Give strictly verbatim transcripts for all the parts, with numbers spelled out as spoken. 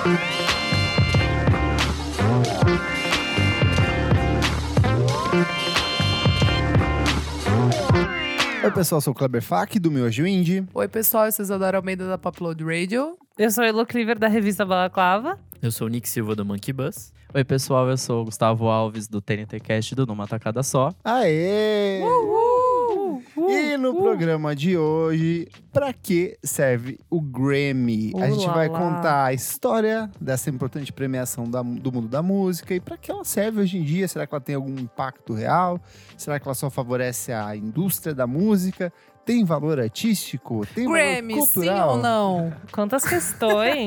Oi, pessoal, sou o Kleber Fak, do Miojo Indie. Oi, pessoal, eu sou Isadora Almeida, da Popload Radio. Eu sou a Elo Cleaver, da revista Balaclava. Eu sou o Nick Silva, do Monkey Bus. Oi, pessoal, eu sou o Gustavo Alves, do T N T Cast, do Numa Tacada Só. Aê! Uhul! Uhul! E no Uhul! programa de hoje, pra que serve o Grammy? A gente vai Ulala. contar a história dessa importante premiação da- do mundo da música e pra que ela serve hoje em dia. Será que ela tem algum impacto real? Será que ela só favorece a indústria da música? Tem valor artístico? Tem Grammy, valor sim cultural? ou não? Quantas questões!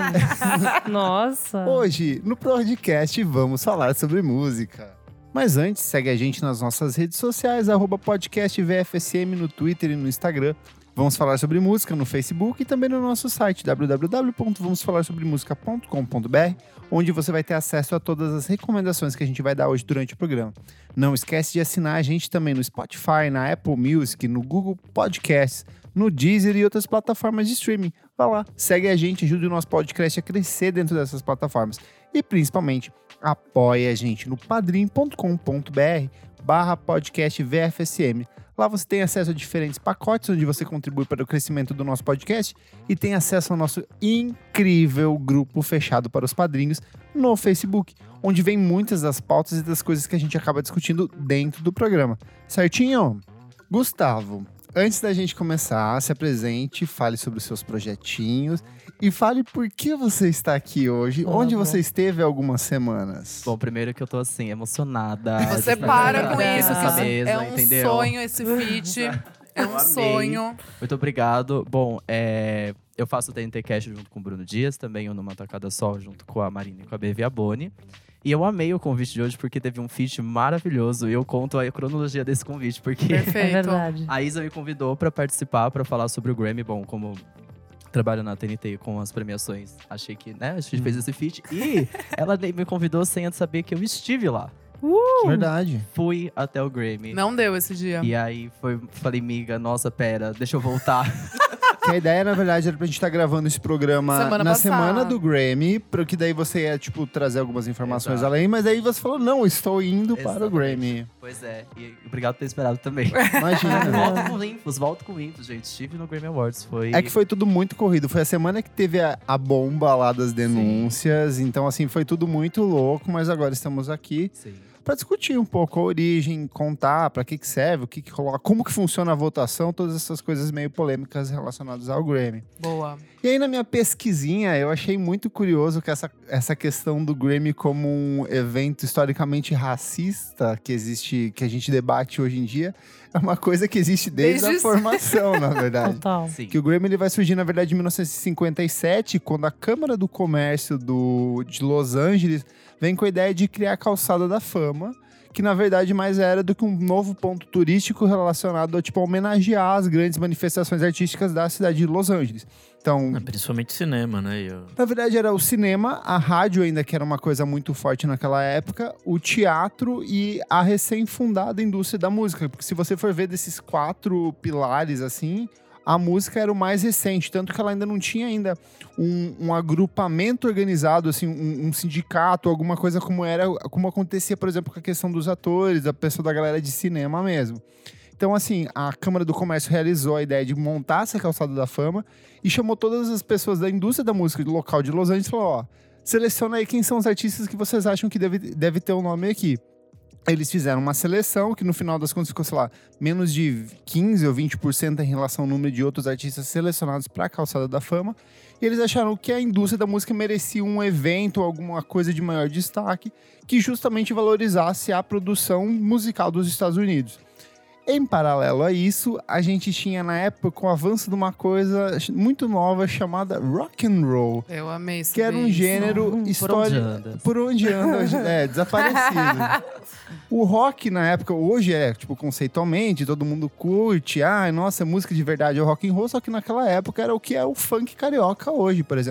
Nossa! Hoje, no podcast, vamos falar sobre música. Mas antes, segue a gente nas nossas redes sociais, arroba podcast V F S M no Twitter e no Instagram. Vamos falar sobre música no Facebook e também no nosso site, w w w ponto vamos falar sobre música ponto com ponto b r, onde você vai ter acesso a todas as recomendações que a gente vai dar hoje durante o programa. Não esquece de assinar a gente também no Spotify, na Apple Music, no Google Podcasts, no Deezer e outras plataformas de streaming. Vai lá, segue a gente, ajude o nosso podcast a crescer dentro dessas plataformas. E principalmente, apoie a gente no padrim ponto com ponto b r barra podcast V F S M. Lá você tem acesso a diferentes pacotes, onde você contribui para o crescimento do nosso podcast e tem acesso ao nosso incrível grupo fechado para os padrinhos no Facebook, onde vem muitas das pautas e das coisas que a gente acaba discutindo dentro do programa. Certinho? Gustavo, antes da gente começar, se apresente, fale sobre os seus projetinhos e fale por que você está aqui hoje, Tá onde bom. você esteve há algumas semanas. Bom, primeiro que eu tô assim, emocionada. Você de para estar com aqui isso, nessa que mesa, é um entendeu? sonho esse feat. É Eu um amei. sonho. Muito obrigado. Bom, é, eu faço o T N T Cast junto com o Bruno Dias, também eu Numa Tacada Só, junto com a Marina e com a B V Aboni. E eu amei o convite de hoje porque teve um feat maravilhoso e eu conto a cronologia desse convite, porque Perfeito. É verdade. a Isa me convidou pra participar, pra falar sobre o Grammy. Bom, como trabalho na T N T com as premiações, achei que, né, a gente fez esse feat. E ela me convidou sem antes saber que eu estive lá. Verdade. Fui até o Grammy. Não deu esse dia. E aí, foi, falei, miga, nossa, pera, deixa eu voltar. Que a ideia, na verdade, era pra gente estar gravando esse programa Semana na passada. semana do Grammy, porque daí você ia, tipo, trazer algumas informações Exato. além, mas aí você falou, não, estou indo para o Exatamente. Grammy. Pois é, e obrigado por ter esperado também. Imagina. Volto com infos, volto com infos, gente. Estive no Grammy Awards, foi… É que foi tudo muito corrido. Foi a semana que teve a, a bomba lá das denúncias. Então, assim, foi tudo muito louco. Mas agora estamos aqui Sim. para discutir um pouco a origem, contar para que que serve, o que que coloca, como que funciona a votação, todas essas coisas meio polêmicas relacionadas ao Grammy. Boa. E aí, na minha pesquisinha, eu achei muito curioso que essa, essa questão do Grammy como um evento historicamente racista que existe, que a gente debate hoje em dia, é uma coisa que existe desde, Desde a formação, na verdade. Total. Sim. Que o Grammy ele vai surgir, na verdade, em mil novecentos e cinquenta e sete, quando a Câmara do Comércio do, de Los Angeles vem com a ideia de criar a Calçada da Fama, que na verdade mais era do que um novo ponto turístico relacionado a, tipo, homenagear as grandes manifestações artísticas da cidade de Los Angeles. Então, É, principalmente cinema, né? E eu- na verdade era o cinema, a rádio ainda que era uma coisa muito forte naquela época, o teatro e a recém-fundada indústria da música. Porque se você for ver desses quatro pilares, assim, a música era o mais recente. Tanto que ela ainda não tinha ainda um, um agrupamento organizado, assim, um, um sindicato, alguma coisa como era, como acontecia, por exemplo, com a questão dos atores, da pessoa da galera de cinema mesmo. Então, assim, a Câmara do Comércio realizou a ideia de montar essa Calçada da Fama e chamou todas as pessoas da indústria da música do local de Los Angeles e falou, ó, seleciona aí quem são os artistas que vocês acham que deve, deve ter o um nome aqui. Eles fizeram uma seleção que no final das contas ficou, sei lá, menos de quinze ou vinte por cento em relação ao número de outros artistas selecionados para a Calçada da Fama. E eles acharam que a indústria da música merecia um evento, alguma coisa de maior destaque, que justamente valorizasse a produção musical dos Estados Unidos. Em paralelo a isso, a gente tinha na época o avanço de uma coisa muito nova chamada rock and roll, Eu amei isso. que era um gênero histórico. anda? Por onde anda, hoje- é, desaparecido. O rock na época, hoje é, tipo, conceitualmente, todo mundo curte, ah, nossa, música de verdade é o rock and roll, só que naquela época era o que é o funk carioca hoje, por exemplo.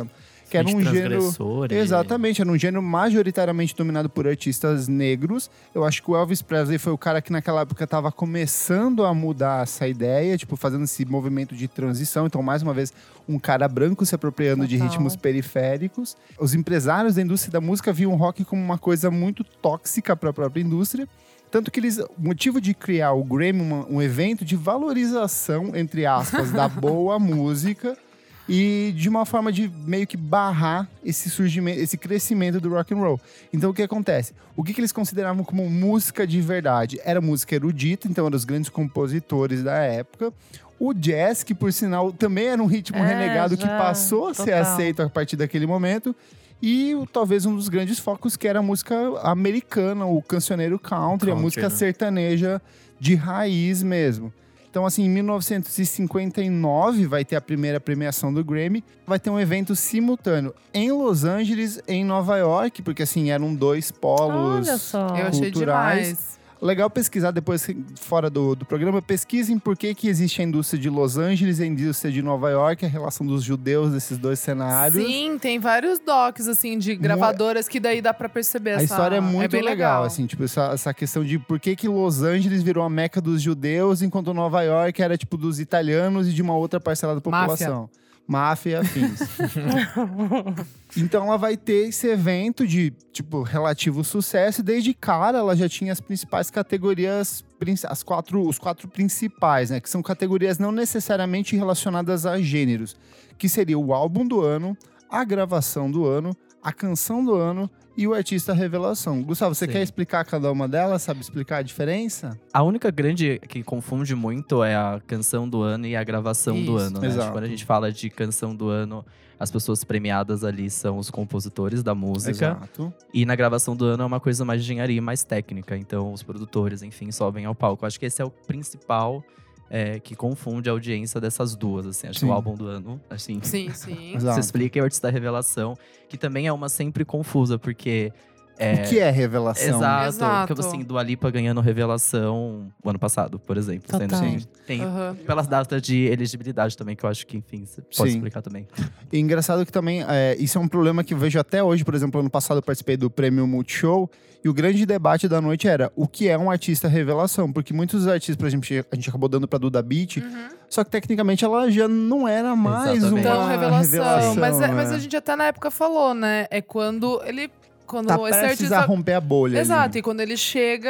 que era um gênero… transgressor. e- Exatamente, era um gênero majoritariamente dominado por artistas negros. Eu acho que o Elvis Presley foi o cara que naquela época estava começando a mudar essa ideia, tipo, fazendo esse movimento de transição. Então, mais uma vez, um cara branco se apropriando de Total. ritmos periféricos. Os empresários da indústria da música viam o rock como uma coisa muito tóxica para a própria indústria. Tanto que eles, o motivo de criar o Grammy, uma- um evento de valorização, entre aspas, da boa música, e de uma forma de meio que barrar esse surgimento, esse crescimento do rock and roll. Então o que acontece? O que, que eles consideravam como música de verdade? Era música erudita, então eram os grandes compositores da época. O jazz, que por sinal também era um ritmo É, renegado que já, passou a ser total. aceito a partir daquele momento. E o- talvez um dos grandes focos que era a música americana, o cancioneiro country, a Country, música né? sertaneja de raiz mesmo. Então, assim, em mil novecentos e cinquenta e nove vai ter a primeira premiação do Grammy. Vai ter um evento simultâneo em Los Angeles e em Nova York, porque, assim, eram dois polos Olha só. Eu achei culturais. demais. Legal pesquisar depois, fora do, do programa, pesquisem por que, que existe a indústria de Los Angeles e a indústria de Nova York, a relação dos judeus desses dois cenários. Sim, tem vários docs, assim, de gravadoras que daí dá pra perceber A essa… história é muito bem legal, assim, tipo, essa, essa questão de por que, que Los Angeles virou a meca dos judeus, enquanto Nova York era, tipo, dos italianos e de uma outra parcela da população. Máfia e afins. Então ela vai ter esse evento de, tipo, relativo sucesso, e desde cara ela já tinha as principais categorias, prin- as quatro, os quatro principais, né? Que são categorias não necessariamente relacionadas a gêneros, que seria o álbum do ano, a gravação do ano, a canção do ano e o artista revelação. Gustavo, você Sim. quer explicar cada uma delas? Sabe explicar a diferença? A única grande que confunde muito é a canção do ano e a gravação do Isso. ano, né? Exato. Quando a gente fala de canção do ano, as pessoas premiadas ali são os compositores da música. Exato. E na gravação do ano é uma coisa mais de engenharia e mais técnica. Então, os produtores, enfim, sobem ao palco. Acho que esse é o principal é, que confunde a audiência dessas duas, assim. Acho Sim. que o álbum do ano, assim… Sim, sim. Exato. Você explica e o artista revelação, que também é uma sempre confusa, porque… O que é revelação? Exato. Exato. Tipo assim, Dua Lipa ganhando revelação o ano passado, por exemplo. Sendo Total. que tem Aham. pelas datas de elegibilidade também, que eu acho que, enfim, você pode Sim. explicar também. E engraçado que também, é, isso é um problema que eu vejo até hoje. Por exemplo, ano passado eu participei do Prêmio Multishow e o grande debate da noite era o que é um artista revelação. Porque muitos dos artistas, por exemplo, a gente acabou dando pra Duda Beat, só que tecnicamente ela já não era mais Exatamente. uma Então, revelação. revelação, mas, é- mas é. a gente até na época falou, né? É quando ele… Quando Tá esse prestes artista… a romper a bolha. Exato, ali. e quando ele chega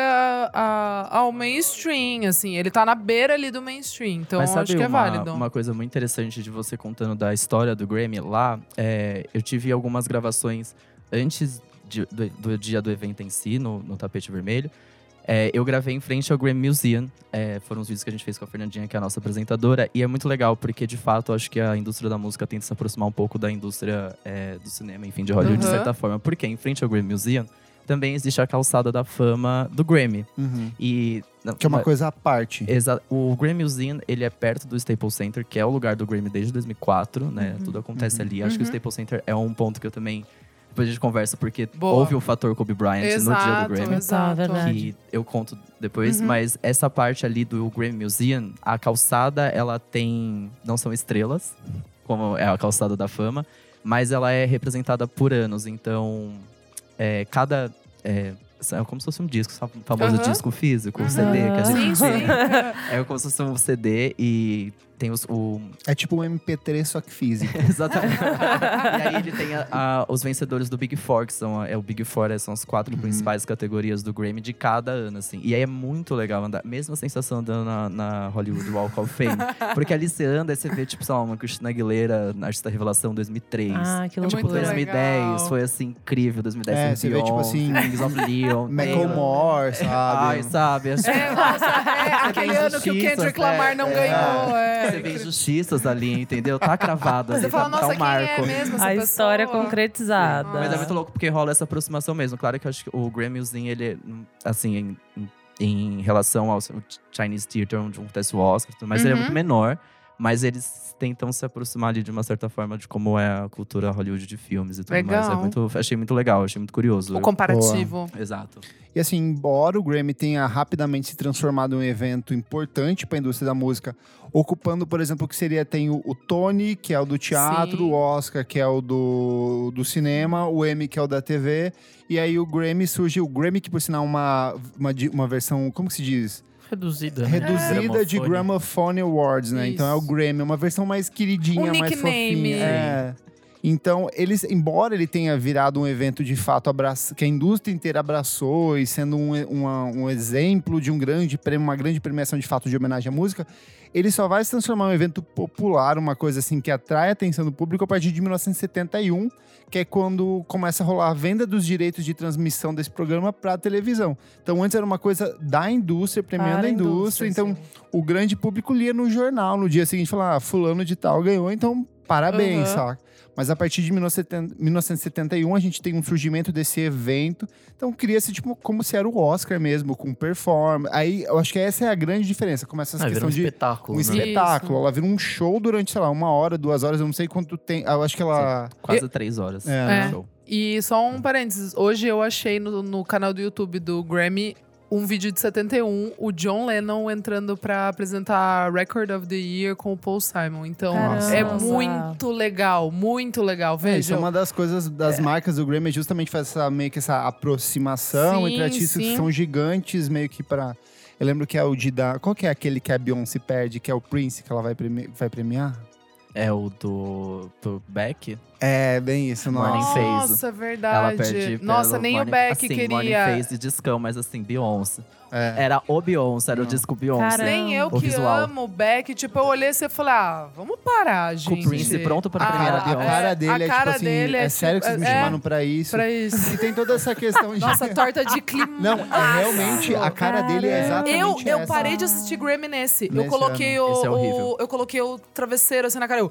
a- ao mainstream, assim, ele tá na beira ali do mainstream. Então, Mas sabe acho que é uma, válido. uma coisa muito interessante de você contando da história do Grammy lá, é, eu tive algumas gravações antes de- do, do dia do evento em si, no, no tapete vermelho. É, eu gravei em frente ao Grammy Museum. É, foram os vídeos que a gente fez com a Fernandinha, que é a nossa apresentadora. E é muito legal, porque de fato, acho que a indústria da música tenta se aproximar um pouco da indústria é, do cinema, enfim, de Hollywood, de Uhum. certa forma. Porque em frente ao Grammy Museum, também existe a calçada da fama do Grammy. Uhum. E… Que é uma mas- coisa à parte. Exa o Grammy Museum, ele é perto do Staples Center, que é o lugar do Grammy desde dois mil e quatro, né? Tudo acontece ali. Acho que o Uhum. Staples Center é um ponto que eu também… Depois a gente conversa, porque Boa. houve o fator Kobe Bryant no dia Exato, do Grammy. exato. verdade. Que eu conto depois, Uhum. mas essa parte ali do Grammy Museum, a calçada, ela tem… Não são estrelas, como é a calçada da fama, mas ela é representada por anos. Então, é, cada… É, é como se fosse um disco, sabe? O famoso Aham. disco físico, o Uhum. C D que a gente Sim, tem. sim. É como se fosse um C D e tem os, o… É tipo um M P três, só que físico. Exatamente. E aí ele tem a- a- os vencedores do Big Four, que são, a- é o Big Four, é, são as quatro Uhum. principais categorias do Grammy de cada ano, assim. E aí é muito legal andar. Mesma sensação andando na, na Hollywood Walk of Fame. Porque ali você anda e você vê, tipo, sei lá, uma Christina Aguilera, na Artista Revelação dois mil e três. Ah, que É muito Tipo, loucura. legal. dois mil e dez foi assim, incrível. dois mil e dez É, foi você vê, tipo assim, Kings of Leon. Macklemore, sabe? Ai, sabe? Acho- É, nossa, é aquele vê ano que o injustiças, Kendrick né? Lamar não É. ganhou. É. Você vê injustiças ali, entendeu? Tá cravado ali, Você fala, tá, nossa, tá um quem marco. é mesmo essa A pessoa? história concretizada. Mas é muito louco porque rola essa aproximação mesmo. Claro que eu acho que o Grammyzinho, ele, assim, em, em, em relação ao Chinese Theater, onde acontece o Oscar, mas ele é Uhum. muito menor. Mas eles tentam se aproximar ali de uma certa forma de como é a cultura Hollywood de filmes e tudo Legal. mais. É muito, achei muito legal, achei muito curioso. O comparativo. Exato. E assim, embora o Grammy tenha rapidamente se transformado em um evento importante para a indústria da música, ocupando, por exemplo, o que seria, tem o, o Tony, que é o do teatro, Sim. o Oscar, que é o do, do cinema, o Emmy, que é o da T V, e aí o Grammy surge, o Grammy que por sinal é uma, uma, di- uma versão, como que se diz? Reduzida, né? Reduzida de Gramophone. Gramophone Awards, né? Isso. Então é o Grammy, uma versão mais queridinha, Um mais nickname. fofinha. É. Então, eles, embora ele tenha virado um evento de fato abraça, que a indústria inteira abraçou e sendo um, uma- um exemplo de um grande prêmio, uma grande premiação de fato de homenagem à música, ele só vai se transformar em um evento popular, uma coisa assim que atrai a atenção do público a partir de mil novecentos e setenta e um, que é quando começa a rolar a venda dos direitos de transmissão desse programa para a televisão. Então, antes era uma coisa da indústria, premiando Para a a indústria. indústria, Então, sim. o grande público lia no jornal no dia seguinte, falava, ah, fulano de tal ganhou, então parabéns, Uhum. saca? Mas a partir de mil novecentos e setenta e um, a gente tem um surgimento desse evento. Então, cria-se tipo, como se era o Oscar mesmo, com performance. Aí, eu acho que essa é a grande diferença. Começa essa Ah, vira questão um de espetáculo, um né? espetáculo. Ela vira um show durante, sei lá, uma hora, duas horas. Eu não sei quanto tem. Eu acho que ela… Quase três horas. É, no né? show. E só um parênteses. Hoje eu achei no, no canal do YouTube do Grammy um vídeo de setenta e um, o John Lennon entrando pra apresentar Record of the Year com o Paul Simon. Então, Caramba. é Nossa. muito legal, muito legal. É, isso é Vejam. uma das coisas, das marcas do Grammy, é justamente fazer essa, meio que essa aproximação Sim, entre artistas sim. que são gigantes, meio que pra… Eu lembro que é o de da… Qual que é aquele que a Beyoncé perde, que é o Prince, que ela vai, premi- vai premiar? É o do, do Beck. É, bem isso, Morning nossa. Phase. Nossa, Ela verdade. perde Nossa, pelo nem Morning, o Beck assim, Morning queria. Phase e discão, mas assim, Beyoncé. É. Era o Beyoncé, era o disco Beyoncé. Caramba. Nem eu O que visual. amo o Beck, tipo, eu olhei assim e falei, ah, vamos parar, Com gente. o Prince pronto pra Ah, premiar a A Beyoncé. cara é, dele a é cara tipo assim, dele é, é sério que tipo- vocês me é, chamaram pra isso? Pra isso. E tem toda essa questão de… Nossa, torta de clima. Não, é realmente, a cara dele é Caramba. exatamente Eu, eu essa. parei de assistir Grammy nesse. eu Nesse coloquei ano. o, Esse é horrível. o- eu coloquei o travesseiro assim na cara. Eu,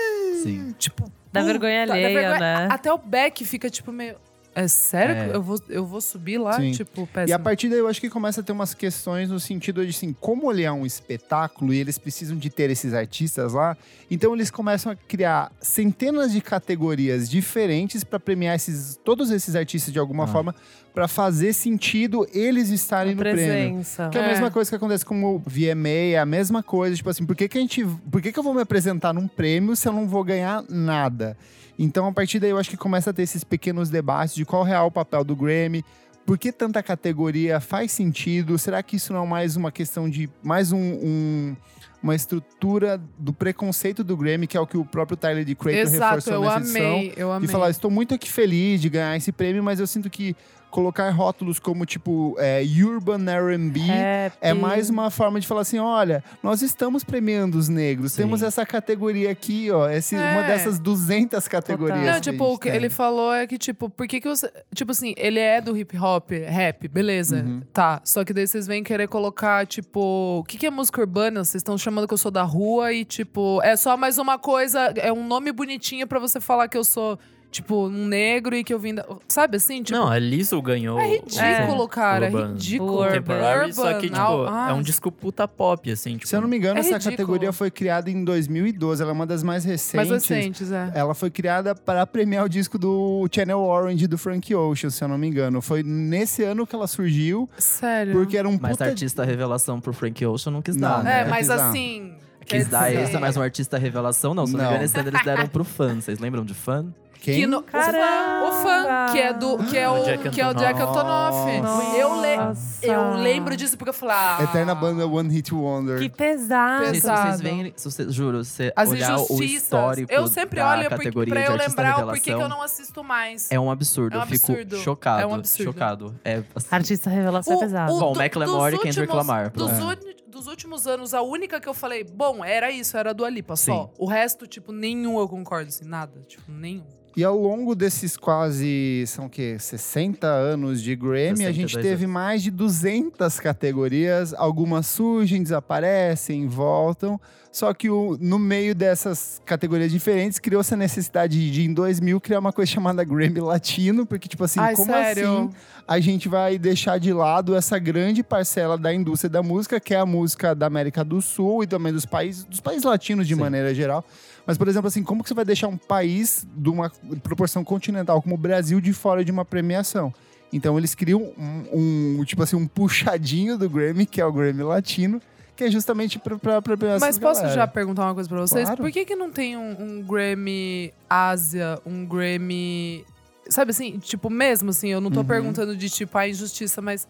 Sim. tipo, Dá puta, vergonha dá alheia, vergonha. né? Até o Beck fica tipo meio. É sério? É. que Eu, vou, eu vou subir lá? Sim. Tipo, E péssimo. a partir daí eu acho que começa a ter umas questões no sentido de assim, como ele é um espetáculo e eles precisam de ter esses artistas lá, então eles começam a criar centenas de categorias diferentes para premiar esses, todos esses artistas de alguma Ah. forma, para fazer sentido eles estarem A no prêmio. presença. Que é a É. mesma coisa que acontece com o V M A, é a mesma coisa. Tipo assim, por que, que a gente. Por que, que eu vou me apresentar num prêmio se eu não vou ganhar nada? Então, a partir daí, eu acho que começa a ter esses pequenos debates de qual é o real papel do Grammy. Por que tanta categoria? Faz sentido? Será que isso não é mais uma questão de. Mais um. um- uma estrutura do preconceito do Grammy, que é o que o próprio Tyler, the Creator, Exato, reforçou eu nessa edição. amei, eu amei. E falar, estou muito aqui feliz de ganhar esse prêmio, mas eu sinto que colocar rótulos como, tipo, é, Urban R and B Rap. é mais uma forma de falar assim, olha, nós estamos premiando os negros, Sim. temos essa categoria aqui, ó, esse, É. uma dessas duzentas categorias. Total. Não, que a tipo, gente o que tem. ele falou é que, tipo, por que que os… Tipo assim, ele é do hip hop, rap, beleza, Uhum. tá. Só que daí vocês vêm querer colocar, tipo… O que que é música urbana? Vocês estão chamando que eu sou da rua e, tipo… É só mais uma coisa, é um nome bonitinho pra você falar que eu sou… Tipo, um negro e que eu vim da… Sabe assim? Tipo, Não, a Lizzo ganhou. é ridículo, o- cara. É Urban ridículo. Contemporary, só que, tipo, ah, é um disco puta pop, assim. Tipo, Se eu não me engano, É essa ridículo. categoria foi criada em dois mil e doze, ela é uma das mais recentes. mais recentes, é. Ela foi criada para premiar o disco do Channel Orange do Frank Ocean, se eu não me engano. Foi nesse ano que ela surgiu, Sério. porque era um Mas puta… artista revelação pro Frank Ocean não quis Não, dar, né? É, né? mas Quis dar. assim… Quis quer dar dizer- esse, mas um artista revelação não. Se não me Não. engano, esse ano eles deram pro fã. Vocês lembram de fã? Quem? Que no, o, fã, o fã, que é do que é o, O Jack que é o Jack Antonoff. Nossa. Eu, le, Nossa. eu lembro disso porque eu falei, ah, Eterna banda One Hit Wonder. Que pesado. Gente, se Pesado. vocês veem, se você, juro, você as olhar o injustiças. histórico Eu sempre da olho porque, categoria pra de eu artista lembrar o revelação, porquê que eu não assisto mais. é um absurdo. É um Eu fico absurdo. chocado. É um absurdo. Chocado. É, assim, Artista revelação é pesado. Bom, do- Macklemore dos e Kendrick últimos- Lamar, Dos, pronto. uni- dos últimos anos, a única que eu falei, bom, era isso, era a Dua Lipa, só. Sim. O resto, tipo, nenhum eu concordo, assim, nada. Tipo, nenhum. E ao longo desses quase, são o quê? sessenta anos de Grammy, a gente sessenta e dois teve anos. mais de duzentas categorias. Algumas surgem, desaparecem, voltam. Só que o, no meio dessas categorias diferentes, criou-se a necessidade de, em dois mil, criar uma coisa chamada Grammy Latino. Porque, tipo assim, Ai, como sério? assim a gente vai deixar de lado essa grande parcela da indústria da música, que é a música da América do Sul e também dos países, dos países latinos de Sim. maneira geral. Mas, por exemplo, assim, como que você vai deixar um país de uma proporção continental como o Brasil de fora de uma premiação? Então, eles criam um, um, tipo assim, um puxadinho do Grammy, que é o Grammy Latino, que é justamente pra, pra, pra premiar Mas essa posso galera. já perguntar uma coisa pra vocês? Claro. Por que que não tem um, um Grammy Ásia, um Grammy... Sabe assim, tipo, mesmo assim, eu não tô Uhum. perguntando de tipo a injustiça, mas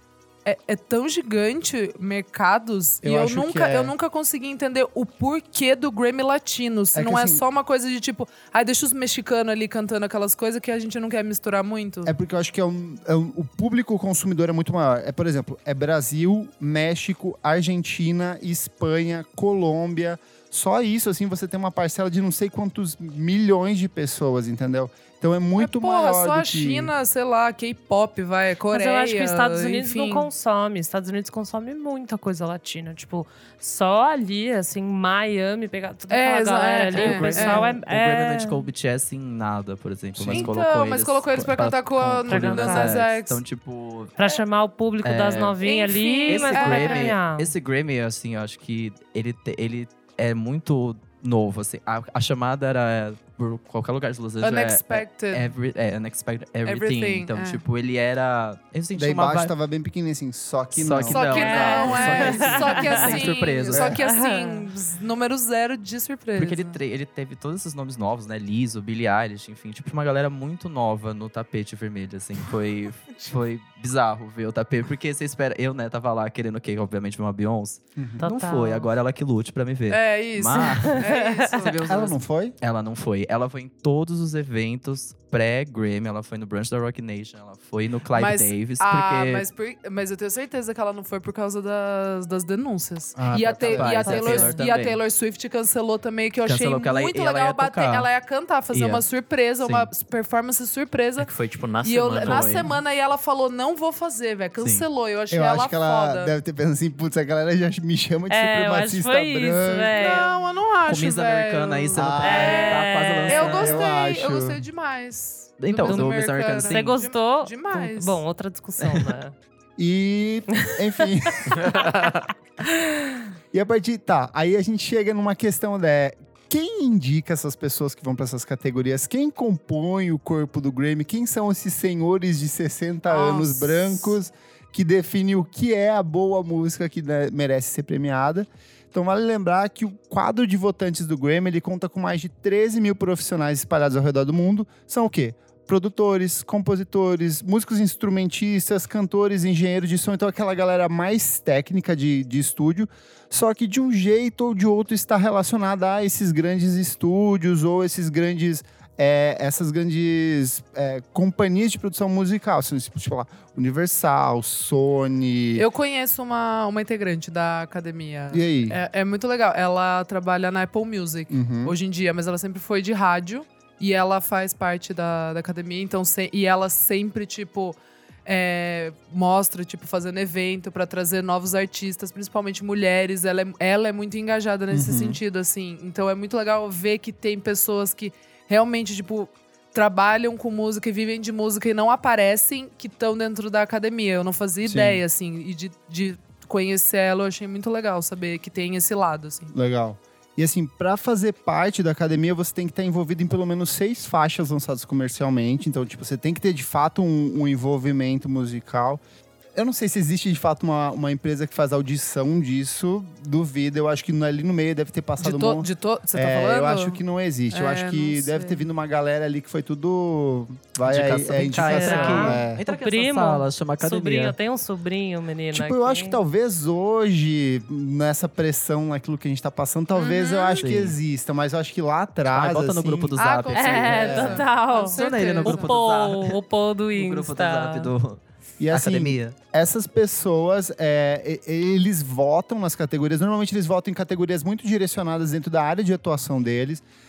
é, é tão gigante mercados Eu e eu acho que nunca, é. eu nunca consegui entender o porquê do Grammy Latino. Se É que não é assim- só uma coisa de tipo, ai, deixa os mexicanos ali cantando aquelas coisas que a gente não quer misturar muito. É porque eu acho que é um, é um- o público consumidor é muito maior. É, por exemplo, é Brasil, México, Argentina, Espanha, Colômbia. Só isso, assim, você tem uma parcela de não sei quantos milhões de pessoas, entendeu? Então é muito Mas, porra, maior só do a que... China, sei lá, K-pop, vai, Mas Coreia, eu acho que os Estados Unidos enfim. não consome. Estados Unidos consome muita coisa latina. Tipo, só ali, assim, Miami, pegar toda É, aquela exa- galera é, ali. é, o pessoal é... O Grammy é... não indicou o B T S em nada, por exemplo. Mas Então, colocou mas eles colocou eles pra cantar com a- no Lil Nas X. Então, tipo… Pra chamar o público das novinhas Enfim, ali, Esse mas não vai é. ganhar. Grammy, esse Grammy, assim, eu acho que ele, te- ele é muito novo, assim. A, a chamada era por qualquer lugar de Los Angeles. Unexpected. É, every, é Unexpected Everything. Everything, Então, é. tipo, ele era… Eu senti Daí uma embaixo vibe- tava bem pequenininho, assim, só que Só não. que Só não, que é. não, é. Só que Sem assim. surpresa. Só que É. assim, número zero de surpresa. Porque ele, tre- ele teve todos esses nomes novos, né? Lizzo, Billie Eilish, enfim. Tipo, uma galera muito nova no tapete vermelho, assim. Foi, foi bizarro ver o tapete. Porque você espera… Eu, né, tava lá querendo o quê? Obviamente, ver uma Beyoncé. Não Total. foi. Agora ela que lute pra me ver. É isso. Mas… É isso. Você vê os Ela nomes- não foi? Ela não foi. Ela foi em todos os eventos pré-Grammy. Ela foi no brunch da Rock Nation. Ela foi no Clive Mas- Davis. Ah, porque… mas, por- mas eu tenho certeza que ela não foi por causa das, das denúncias. Ah, e, a tá, Ta- capaz. e, a A Taylor, Taylor e a também. Taylor Swift cancelou também, que eu Cancelou achei que ela- muito e ela legal ia bater. tocar. Ela ia cantar, fazer Ia. uma surpresa, Sim. uma performance surpresa. É que foi, tipo, na E eu, semana. na foi. semana aí ela falou, não vou fazer, velho. Cancelou. Eu achei Eu ela acho que ela foda. deve ter pensado assim, putz, a galera já me chama de É, eu acho que supremacista foi isso, branca. velho. Não, eu não acho, Com Miss velho. Americana aí, você não Ah, tá, é. tá quase lançando. Eu Eu gostei, eu, acho. gostei demais. Então, Miss do Miss Americana, sim. Você gostou? De- demais. Bom, outra discussão, né? E, enfim. E a partir. Tá, aí a gente chega numa questão da. Quem indica essas pessoas que vão para essas categorias? Quem compõe o corpo do Grammy? Quem são esses senhores de sessenta Nossa. anos brancos que definem o que é a boa música que né, merece ser premiada? Então vale lembrar que o quadro de votantes do Grammy ele conta com mais de treze mil profissionais espalhados ao redor do mundo. São o quê? Produtores, compositores, músicos instrumentistas, cantores, engenheiros de som. Então aquela galera mais técnica de, de estúdio. Só que de um jeito ou de outro está relacionada a esses grandes estúdios ou esses grandes... É, essas grandes é, companhias de produção musical. Assim, tipo lá, Universal, Sony... Eu conheço uma, uma integrante da academia. E aí? É, é muito legal. Ela trabalha na Apple Music Uhum. hoje em dia, mas ela sempre foi de rádio. E ela faz parte da, da academia, então... Se, e ela sempre, tipo... É, mostra, tipo, fazendo evento pra trazer novos artistas, principalmente mulheres. Ela é, ela é muito engajada nesse Uhum. sentido, assim. Então é muito legal ver que tem pessoas que realmente, tipo, trabalham com música e vivem de música e não aparecem, que estão dentro da academia. Eu não fazia Sim. ideia, assim. E de, de conhecer ela, eu achei muito legal saber que tem esse lado, assim. Legal. E assim, pra fazer parte da academia, você tem que estar envolvido em pelo menos seis faixas lançadas comercialmente. Então, tipo, você tem que ter de fato um, um envolvimento musical. Eu não sei se existe de fato uma, uma empresa que faz audição disso. Duvido. Eu acho que ali no meio deve ter passado De um to, monte. de to, você tá É, falando? eu acho que não existe. eu É, acho não que sei. deve ter vindo uma galera ali que foi tudo. Vai Indicação. aí, é Vem cá, entra indicação. aqui. é. Entra O aqui primo, nessa sala, chama academia. Sobrinho, tem um sobrinho, menina. Tipo, eu acho que talvez hoje, nessa pressão, naquilo que a gente tá passando, talvez eu acho que Sim. exista. Mas eu acho que lá atrás. Ah, bota no assim, grupo do Ah, Zap. com aqui. É, certeza. total. Com Adiciona ele no certeza. grupo O do Paul, Zap. o Paul do No Insta. grupo do Zap do E assim, Academia. essas pessoas, é, e- eles votam nas categorias. Normalmente eles votam em categorias muito direcionadas dentro da área de atuação deles.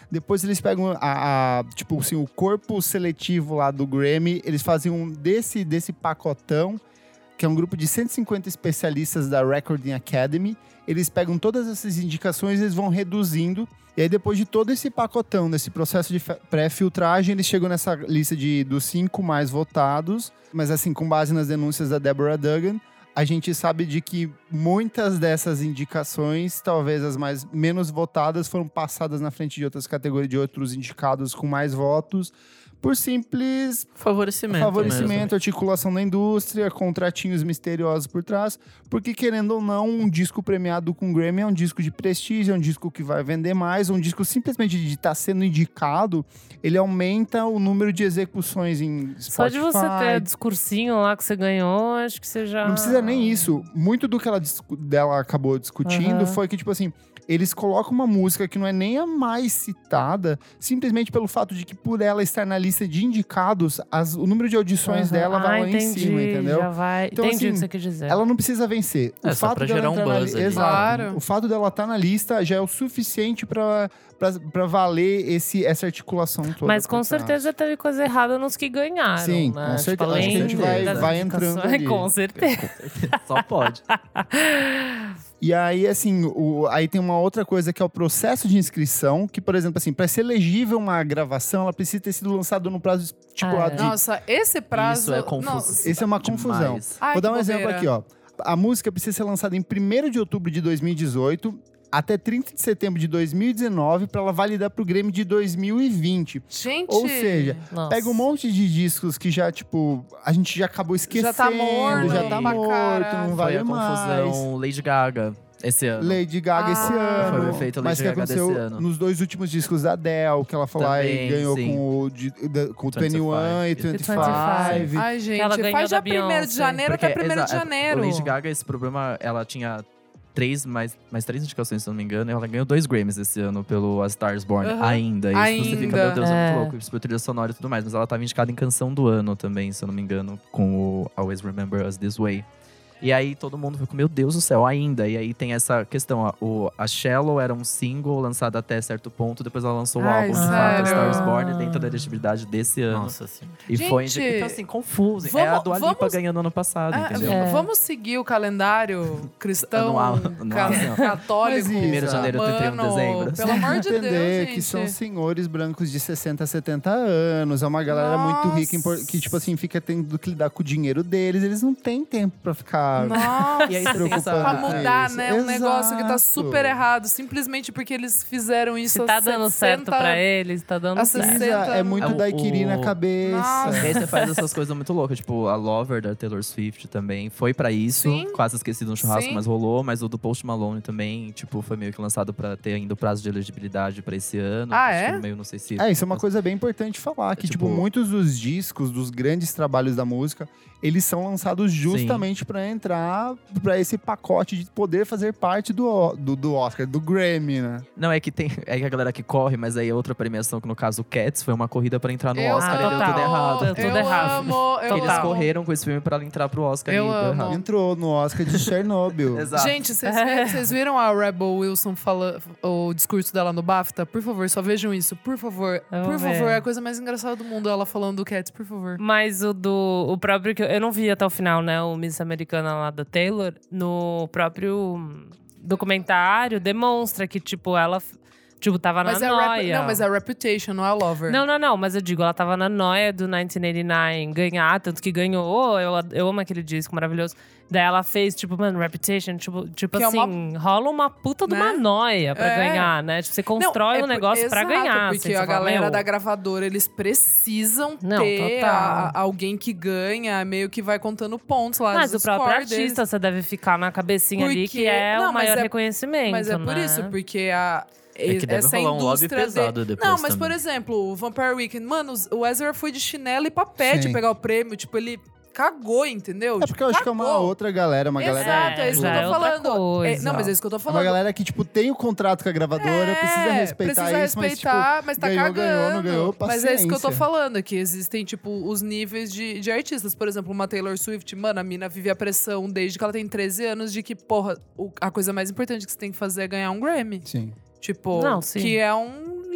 Depois eles pegam a, a tipo assim, o corpo seletivo lá do Grammy, eles fazem um desse, desse pacotão, que é um grupo de cento e cinquenta especialistas da Recording Academy. Eles pegam todas essas indicações e eles vão reduzindo. E aí, depois de todo esse pacotão, desse processo de pré-filtragem, eles chegam nessa lista de, dos cinco mais votados. Mas assim, com base nas denúncias da Deborah Duggan, a gente sabe de que muitas dessas indicações, talvez as mais menos votadas, foram passadas na frente de outras categorias, de outros indicados com mais votos, por simples Favorecimento. favorecimento, mesmo. articulação da indústria, contratinhos misteriosos por trás. Porque, querendo ou não, um disco premiado com Grammy é um disco de prestígio, é um disco que vai vender mais, um disco simplesmente de estar sendo indicado, ele aumenta o número de execuções em Spotify. Só de você ter o discursinho lá que você ganhou, acho que você já… Não precisa nem isso. Muito do que ela, discu- dela acabou discutindo Uhum. foi que, tipo assim, eles colocam uma música que não é nem a mais citada, simplesmente pelo fato de que, por ela estar na lista de indicados, as- o número de audições Uhum. dela vai ah, lá entendi, em cima, entendeu? Já vai… Então, entendi assim, o que você quer dizer. Ela não precisa vencer. É, o só fato pra dela gerar um entrar na buzz li- ali. Exato. Claro. O fato dela estar na lista já é o suficiente pra, pra, pra valer esse, essa articulação toda. Mas com por trás. certeza teve coisa errada nos que ganharam, Sim, né? com Tipo, certeza. além A gente vai- das vai entrando indicações. ali. Com certeza. Só pode. E aí, assim, o, aí tem uma outra coisa que é o processo de inscrição, que, por exemplo, assim, para ser elegível uma gravação, ela precisa ter sido lançada no prazo estipulado Ah, é. de… Nossa, esse prazo… Isso é Nossa. confuso. Esse é uma confusão. Demais. Ai, Vou dar que um exemplo bobeira. aqui, ó. A música precisa ser lançada em primeiro de outubro de dois mil e dezoito até trinta de setembro de dois mil e dezenove para ela validar pro Grammy de dois mil e vinte. Gente… Ou seja, Nossa. pega um monte de discos que já, tipo, a gente já acabou esquecendo, Já tá morno já tá pra morto, caralho. não Foi vale a mais. confusão Lady Gaga esse ano. Lady Gaga esse Ah. ano. Foi o efeito Mas Lady que Gaga aconteceu desse ano. nos dois últimos discos da Adele, que ela foi lá e Também, ganhou sim. com o, de, da- com o vinte e cinco. vinte e um e E vinte e vinte e cinco. Ai, gente, ela ganhou faz da já primeiro de Beyoncé. janeiro até primeiro de exa- janeiro. O Lady Gaga, esse problema, ela tinha três, mais, mais três indicações, se eu não me engano. E ela ganhou dois Grammys esse ano pelo A Star is Born. Uhum. Ainda. E isso você fica, Ainda. meu Deus, é, É. muito louco. Isso foi trilha sonora e tudo mais. Mas ela tava indicada em canção do ano também, se eu não me engano. Com o Always Remember Us This Way. E aí todo mundo ficou, meu Deus do céu, ainda. E aí tem essa questão, ó, o, a Shallow era um single lançado até certo ponto, depois ela lançou o Ai, álbum, de fato, A Star is sério? Born, dentro da elegibilidade desse ano. Nossa senhora. E foi Gente, então assim, confuso. é a vamos- Dua Lipa vamos- ganhando ano passado, Ah, entendeu? É. Vamos seguir o calendário cristão, Anual, anual, ca- assim, ó. católico, Mas isso. primeiro de janeiro, romano. trinta e um de dezembro. Pelo amor de Deus, entender gente. que são senhores brancos de sessenta, setenta anos. É uma galera Nossa. muito rica impor- que, tipo assim, fica tendo que lidar com o dinheiro deles. Eles não têm tempo pra ficar Nossa, E aí você tem essa- preocupando pra com mudar, isso. né? Um negócio que tá Exato. super errado, simplesmente porque eles fizeram isso Se há tá dando certo sessenta pra eles, tá dando a certo. sessenta Precisa- é muito O- daiquiri na o- cabeça. Nossa. E aí você faz essas coisas muito loucas. Tipo, a Lover da Taylor Swift também foi pra isso. Sim. Quase esquecido no churrasco, Sim. mas rolou. Mas o do Post Malone também, tipo, foi meio que lançado pra ter ainda o prazo de elegibilidade pra esse ano. Ah, Acho é? que meio, não sei se… É, isso é uma coisa bem importante falar. Que, É, tipo, tipo- muitos dos discos, dos grandes trabalhos da música, eles são lançados justamente pra entrar pra esse pacote de poder fazer parte do, do, do Oscar, do Grammy, né? Não, é que tem é que a galera que corre, mas aí é outra premiação, que no caso o Cats foi uma corrida pra entrar no Eu Oscar e deu amo. tudo errado. Deu tudo eu errado. amo, eu Eles amo. correram com esse filme pra entrar pro Oscar Eu e deu amo. errado. Entrou no Oscar de Chernobyl. Exato. Gente, vocês vi- vocês viram a Rebel Wilson falando o discurso dela no BAFTA? Por favor, só vejam isso. Por favor. Eu por vou ver. favor, é a coisa mais engraçada do mundo ela falando do Cats, por favor. Mas o do o próprio que eu, eu não vi até o final, né? O Miss Americana lá da Taylor, no próprio documentário, demonstra que, tipo, ela tipo, tava Mas na é a Rep- noia. não, mas é a Reputation, não é a Lover. Não, não, não, mas eu digo, ela tava na noia do mil novecentos e oitenta e nove ganhar, tanto que ganhou. Eu, eu amo aquele disco maravilhoso. Daí ela fez, tipo, mano, Reputation, tipo, tipo Que é assim, uma- rola uma puta de uma Né? noia pra É. ganhar, né? Tipo, você Não, constrói é um por- negócio pra exato, ganhar. Porque assim, a você fala, galera meu, da gravadora, eles precisam Não, ter total. a- alguém que ganha, meio que vai contando pontos lá. Mas o dos próprio score artista, deles. você deve ficar na cabecinha ali, Porque- que é não, o mas maior é- reconhecimento, Mas é por né? isso, porque a. É que deve essa rolar um lobby indústria pesado de... depois Não, mas também. por exemplo, o Vampire Weekend, mano, o Ezra foi de chinelo e papete Sim. pegar o prêmio. Tipo, ele cagou, entendeu? É porque eu acho que é uma Cagou. outra galera, uma galera. Exato, é isso que já eu é tô outra falando. coisa. É, não, mas é isso que eu tô É uma falando. galera que, tipo, tem o contrato com a gravadora, É, precisa respeitar precisa isso, respeitar, mas, tá ganhou, cagando. ganhou, não ganhou, mas é isso que eu tô paciência. falando, que existem, tipo, os níveis de, de artistas. Por exemplo, uma Taylor Swift, mano, a mina vive a pressão desde que ela tem treze anos de que, porra, o- a coisa mais importante que você tem que fazer é ganhar um Grammy. mas, tipo, sim. Tipo, Não, sim. que é um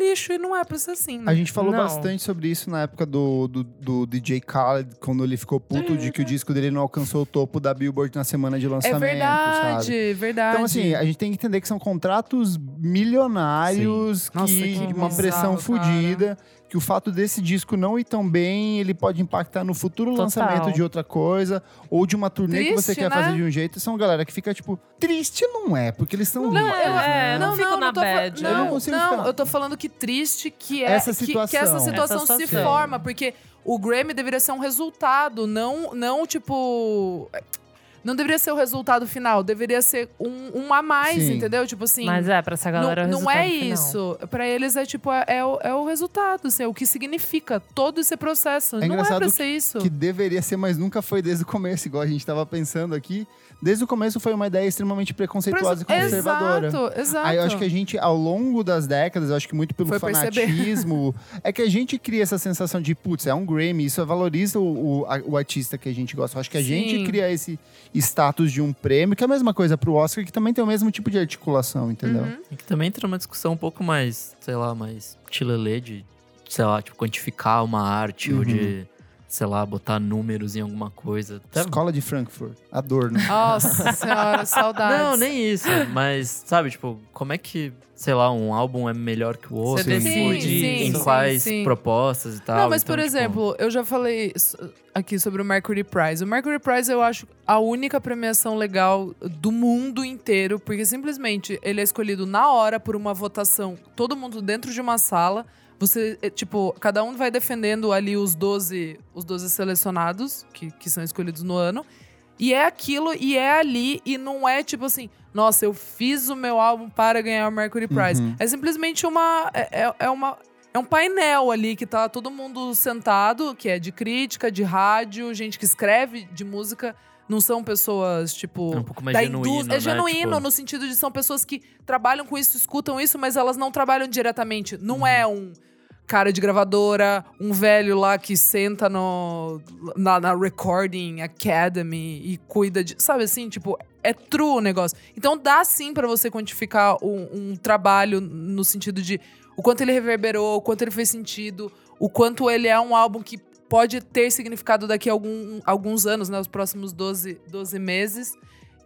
lixo e não é pra ser assim, né? A gente falou Não. bastante sobre isso na época do, do, do D J Khaled, quando ele ficou puto de que o disco dele não alcançou o topo da Billboard na semana de É lançamento, verdade, sabe? verdade. Então, assim, a gente tem que entender que são contratos milionários, Nossa, que, que uma bizarro, pressão cara. fodida, que o fato desse disco não ir tão bem, ele pode impactar no futuro Total. lançamento de outra coisa, ou de uma turnê que você Triste, quer né? fazer de um jeito. São galera que fica, tipo, triste não é, porque eles são Não, ricos, eu, né? é, não fico na tô fa- bad. Não, Eu não não, consigo ficar. eu tô falando que triste que é Essa que- Que, essa situação. situação Essa se situação. forma, porque o Grammy deveria ser um resultado, não, não tipo. Não deveria ser o resultado final, deveria ser um, um a mais, Sim. entendeu? Tipo assim. Mas é, pra essa galera é o não, não é resultado final. isso. Pra eles é tipo, é, é o, é o resultado, assim, é o que significa todo esse processo. não é engraçado pra ser isso. Que deveria ser, mas nunca foi desde o começo, igual a gente tava pensando aqui. Desde o começo foi uma ideia extremamente preconceituosa e conservadora. Exato, exato. Aí eu acho que a gente, ao longo das décadas, eu acho que muito pelo Foi perceber. fanatismo, é que a gente cria essa sensação de, putz, é um Grammy, isso valoriza o, o, a- o artista que a gente gosta. Eu acho que a Sim. gente cria esse status de um prêmio, que é a mesma coisa pro Oscar, que também tem o mesmo tipo de articulação, entendeu? Uhum. E que também entra numa discussão um pouco mais, sei lá, mais tilelê de, sei lá, tipo, quantificar uma arte ou Uhum. de, sei lá, botar números em alguma coisa. Até- Escola de Frankfurt, Adorno. Nossa senhora, saudades. Não, nem isso. Mas, sabe, tipo, como é que, sei lá, um álbum é melhor que o outro? Você decide Sim, em isso. quais Sim, sim. propostas e tal. Não, mas Então, por tipo, exemplo, eu já falei s- aqui sobre o Mercury Prize. O Mercury Prize eu acho a única premiação legal do mundo inteiro, porque simplesmente ele é escolhido na hora por uma votação, todo mundo dentro de uma sala. Você, é, tipo, cada um vai defendendo ali os doze, os doze selecionados que, que são escolhidos no ano. E é aquilo, e é ali, e não é tipo assim, nossa, eu fiz o meu álbum para ganhar o Mercury Prize. Uhum. É simplesmente uma. É, é- é uma. É um painel ali que tá todo mundo sentado, que é de crítica, de rádio, gente que escreve de música. Não são pessoas, tipo. É um pouco mais da genuíno, indústria. É né? genuíno Tipo- no sentido de são pessoas que trabalham com isso, escutam isso, mas elas não trabalham diretamente. Não é um cara de gravadora, um velho lá que senta no, na, na Recording Academy e cuida de. Sabe assim? Tipo, é true o negócio. Então dá sim pra você quantificar um, um trabalho no sentido de o quanto ele reverberou, o quanto ele fez sentido, o quanto ele é um álbum que pode ter significado daqui a algum, alguns anos, né? Os próximos doze, doze meses.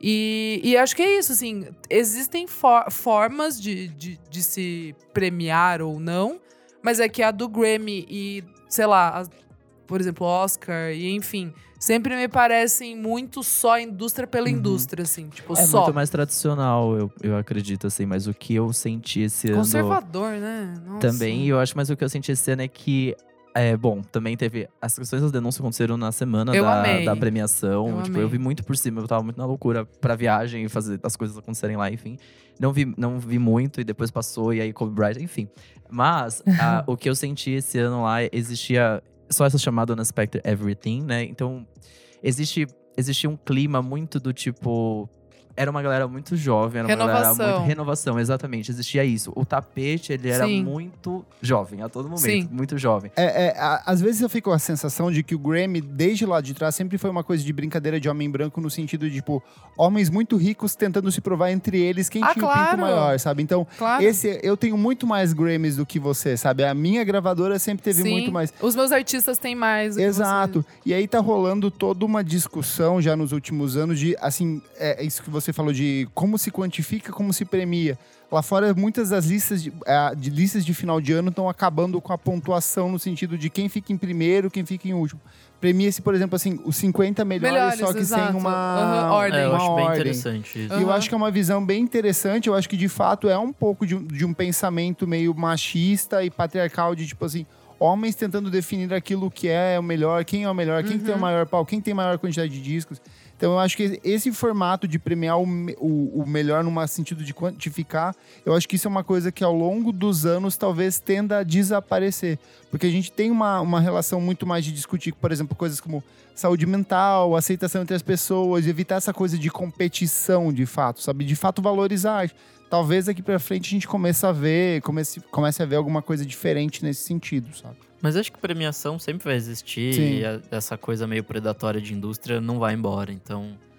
E, e acho que é isso, assim. Existem for- formas de, de, de se premiar ou não, mas é que a do Grammy e, sei lá, a- por exemplo, Oscar e enfim, sempre me parecem muito só indústria pela indústria, assim. Tipo, É só. muito mais tradicional, eu, eu acredito, assim. Mas o que eu senti esse ano Conservador, né? Nossa. também, e eu acho, mas o que eu senti esse ano é que é, bom, também teve. As questões das denúncias aconteceram na semana Eu da, amei. da premiação. Eu tipo, amei. eu vi muito por cima, eu tava muito na loucura pra viagem e fazer as coisas acontecerem lá, enfim. Não vi, não vi muito e depois passou, e aí Kobe Bryant, enfim. Mas a- o que eu senti esse ano lá, existia só essa chamada Unexpected Everything, né? Então, existe, existia um clima muito do tipo. Era uma galera muito jovem, era uma galera Renovação. muito. Renovação, exatamente. Existia isso. O tapete, ele era Sim. muito jovem, a todo momento. Sim. Muito jovem. É, é, a- às vezes eu fico com a sensação de que o Grammy, desde lá de trás, sempre foi uma coisa de brincadeira de homem branco, no sentido de, tipo, homens muito ricos tentando se provar entre eles quem Ah, tinha o claro. pinto maior, sabe? Então, Claro. esse, eu tenho muito mais Grammys do que você, sabe? A minha gravadora sempre teve Sim. muito mais. Os meus artistas têm mais. do que Exato. E aí tá rolando toda uma discussão já nos últimos anos de, assim, é isso que você falou de como se quantifica, como se premia. Lá fora, muitas das listas de, eh, de listas de final de ano estão acabando com a pontuação no sentido de quem fica em primeiro, quem fica em último. Premia-se, por exemplo, assim, os cinquenta melhores, Melhores, só que exato. sem uma, Aham, ordem. É, eu uma acho bem ordem. interessante isso. E eu Aham. acho que é uma visão bem interessante. Eu acho que, de fato, é um pouco de um, de um pensamento meio machista e patriarcal de, tipo assim, homens tentando definir aquilo que é o melhor, quem é o melhor, quem que tem o maior pau, quem tem maior quantidade de discos. Então, eu acho que esse formato de premiar o, me- o, o melhor num sentido de quantificar, eu acho que isso é uma coisa que, ao longo dos anos, talvez tenda a desaparecer. Porque a gente tem uma, uma relação muito mais de discutir, por exemplo, coisas como saúde mental, aceitação entre as pessoas, evitar essa coisa de competição, de fato, sabe? De fato, valorizar. Talvez daqui pra frente a gente comece a ver, comece, comece a ver alguma coisa diferente nesse sentido, sabe? Mas acho que premiação sempre vai existir Sim. e a- essa coisa meio predatória de indústria não vai embora. Então,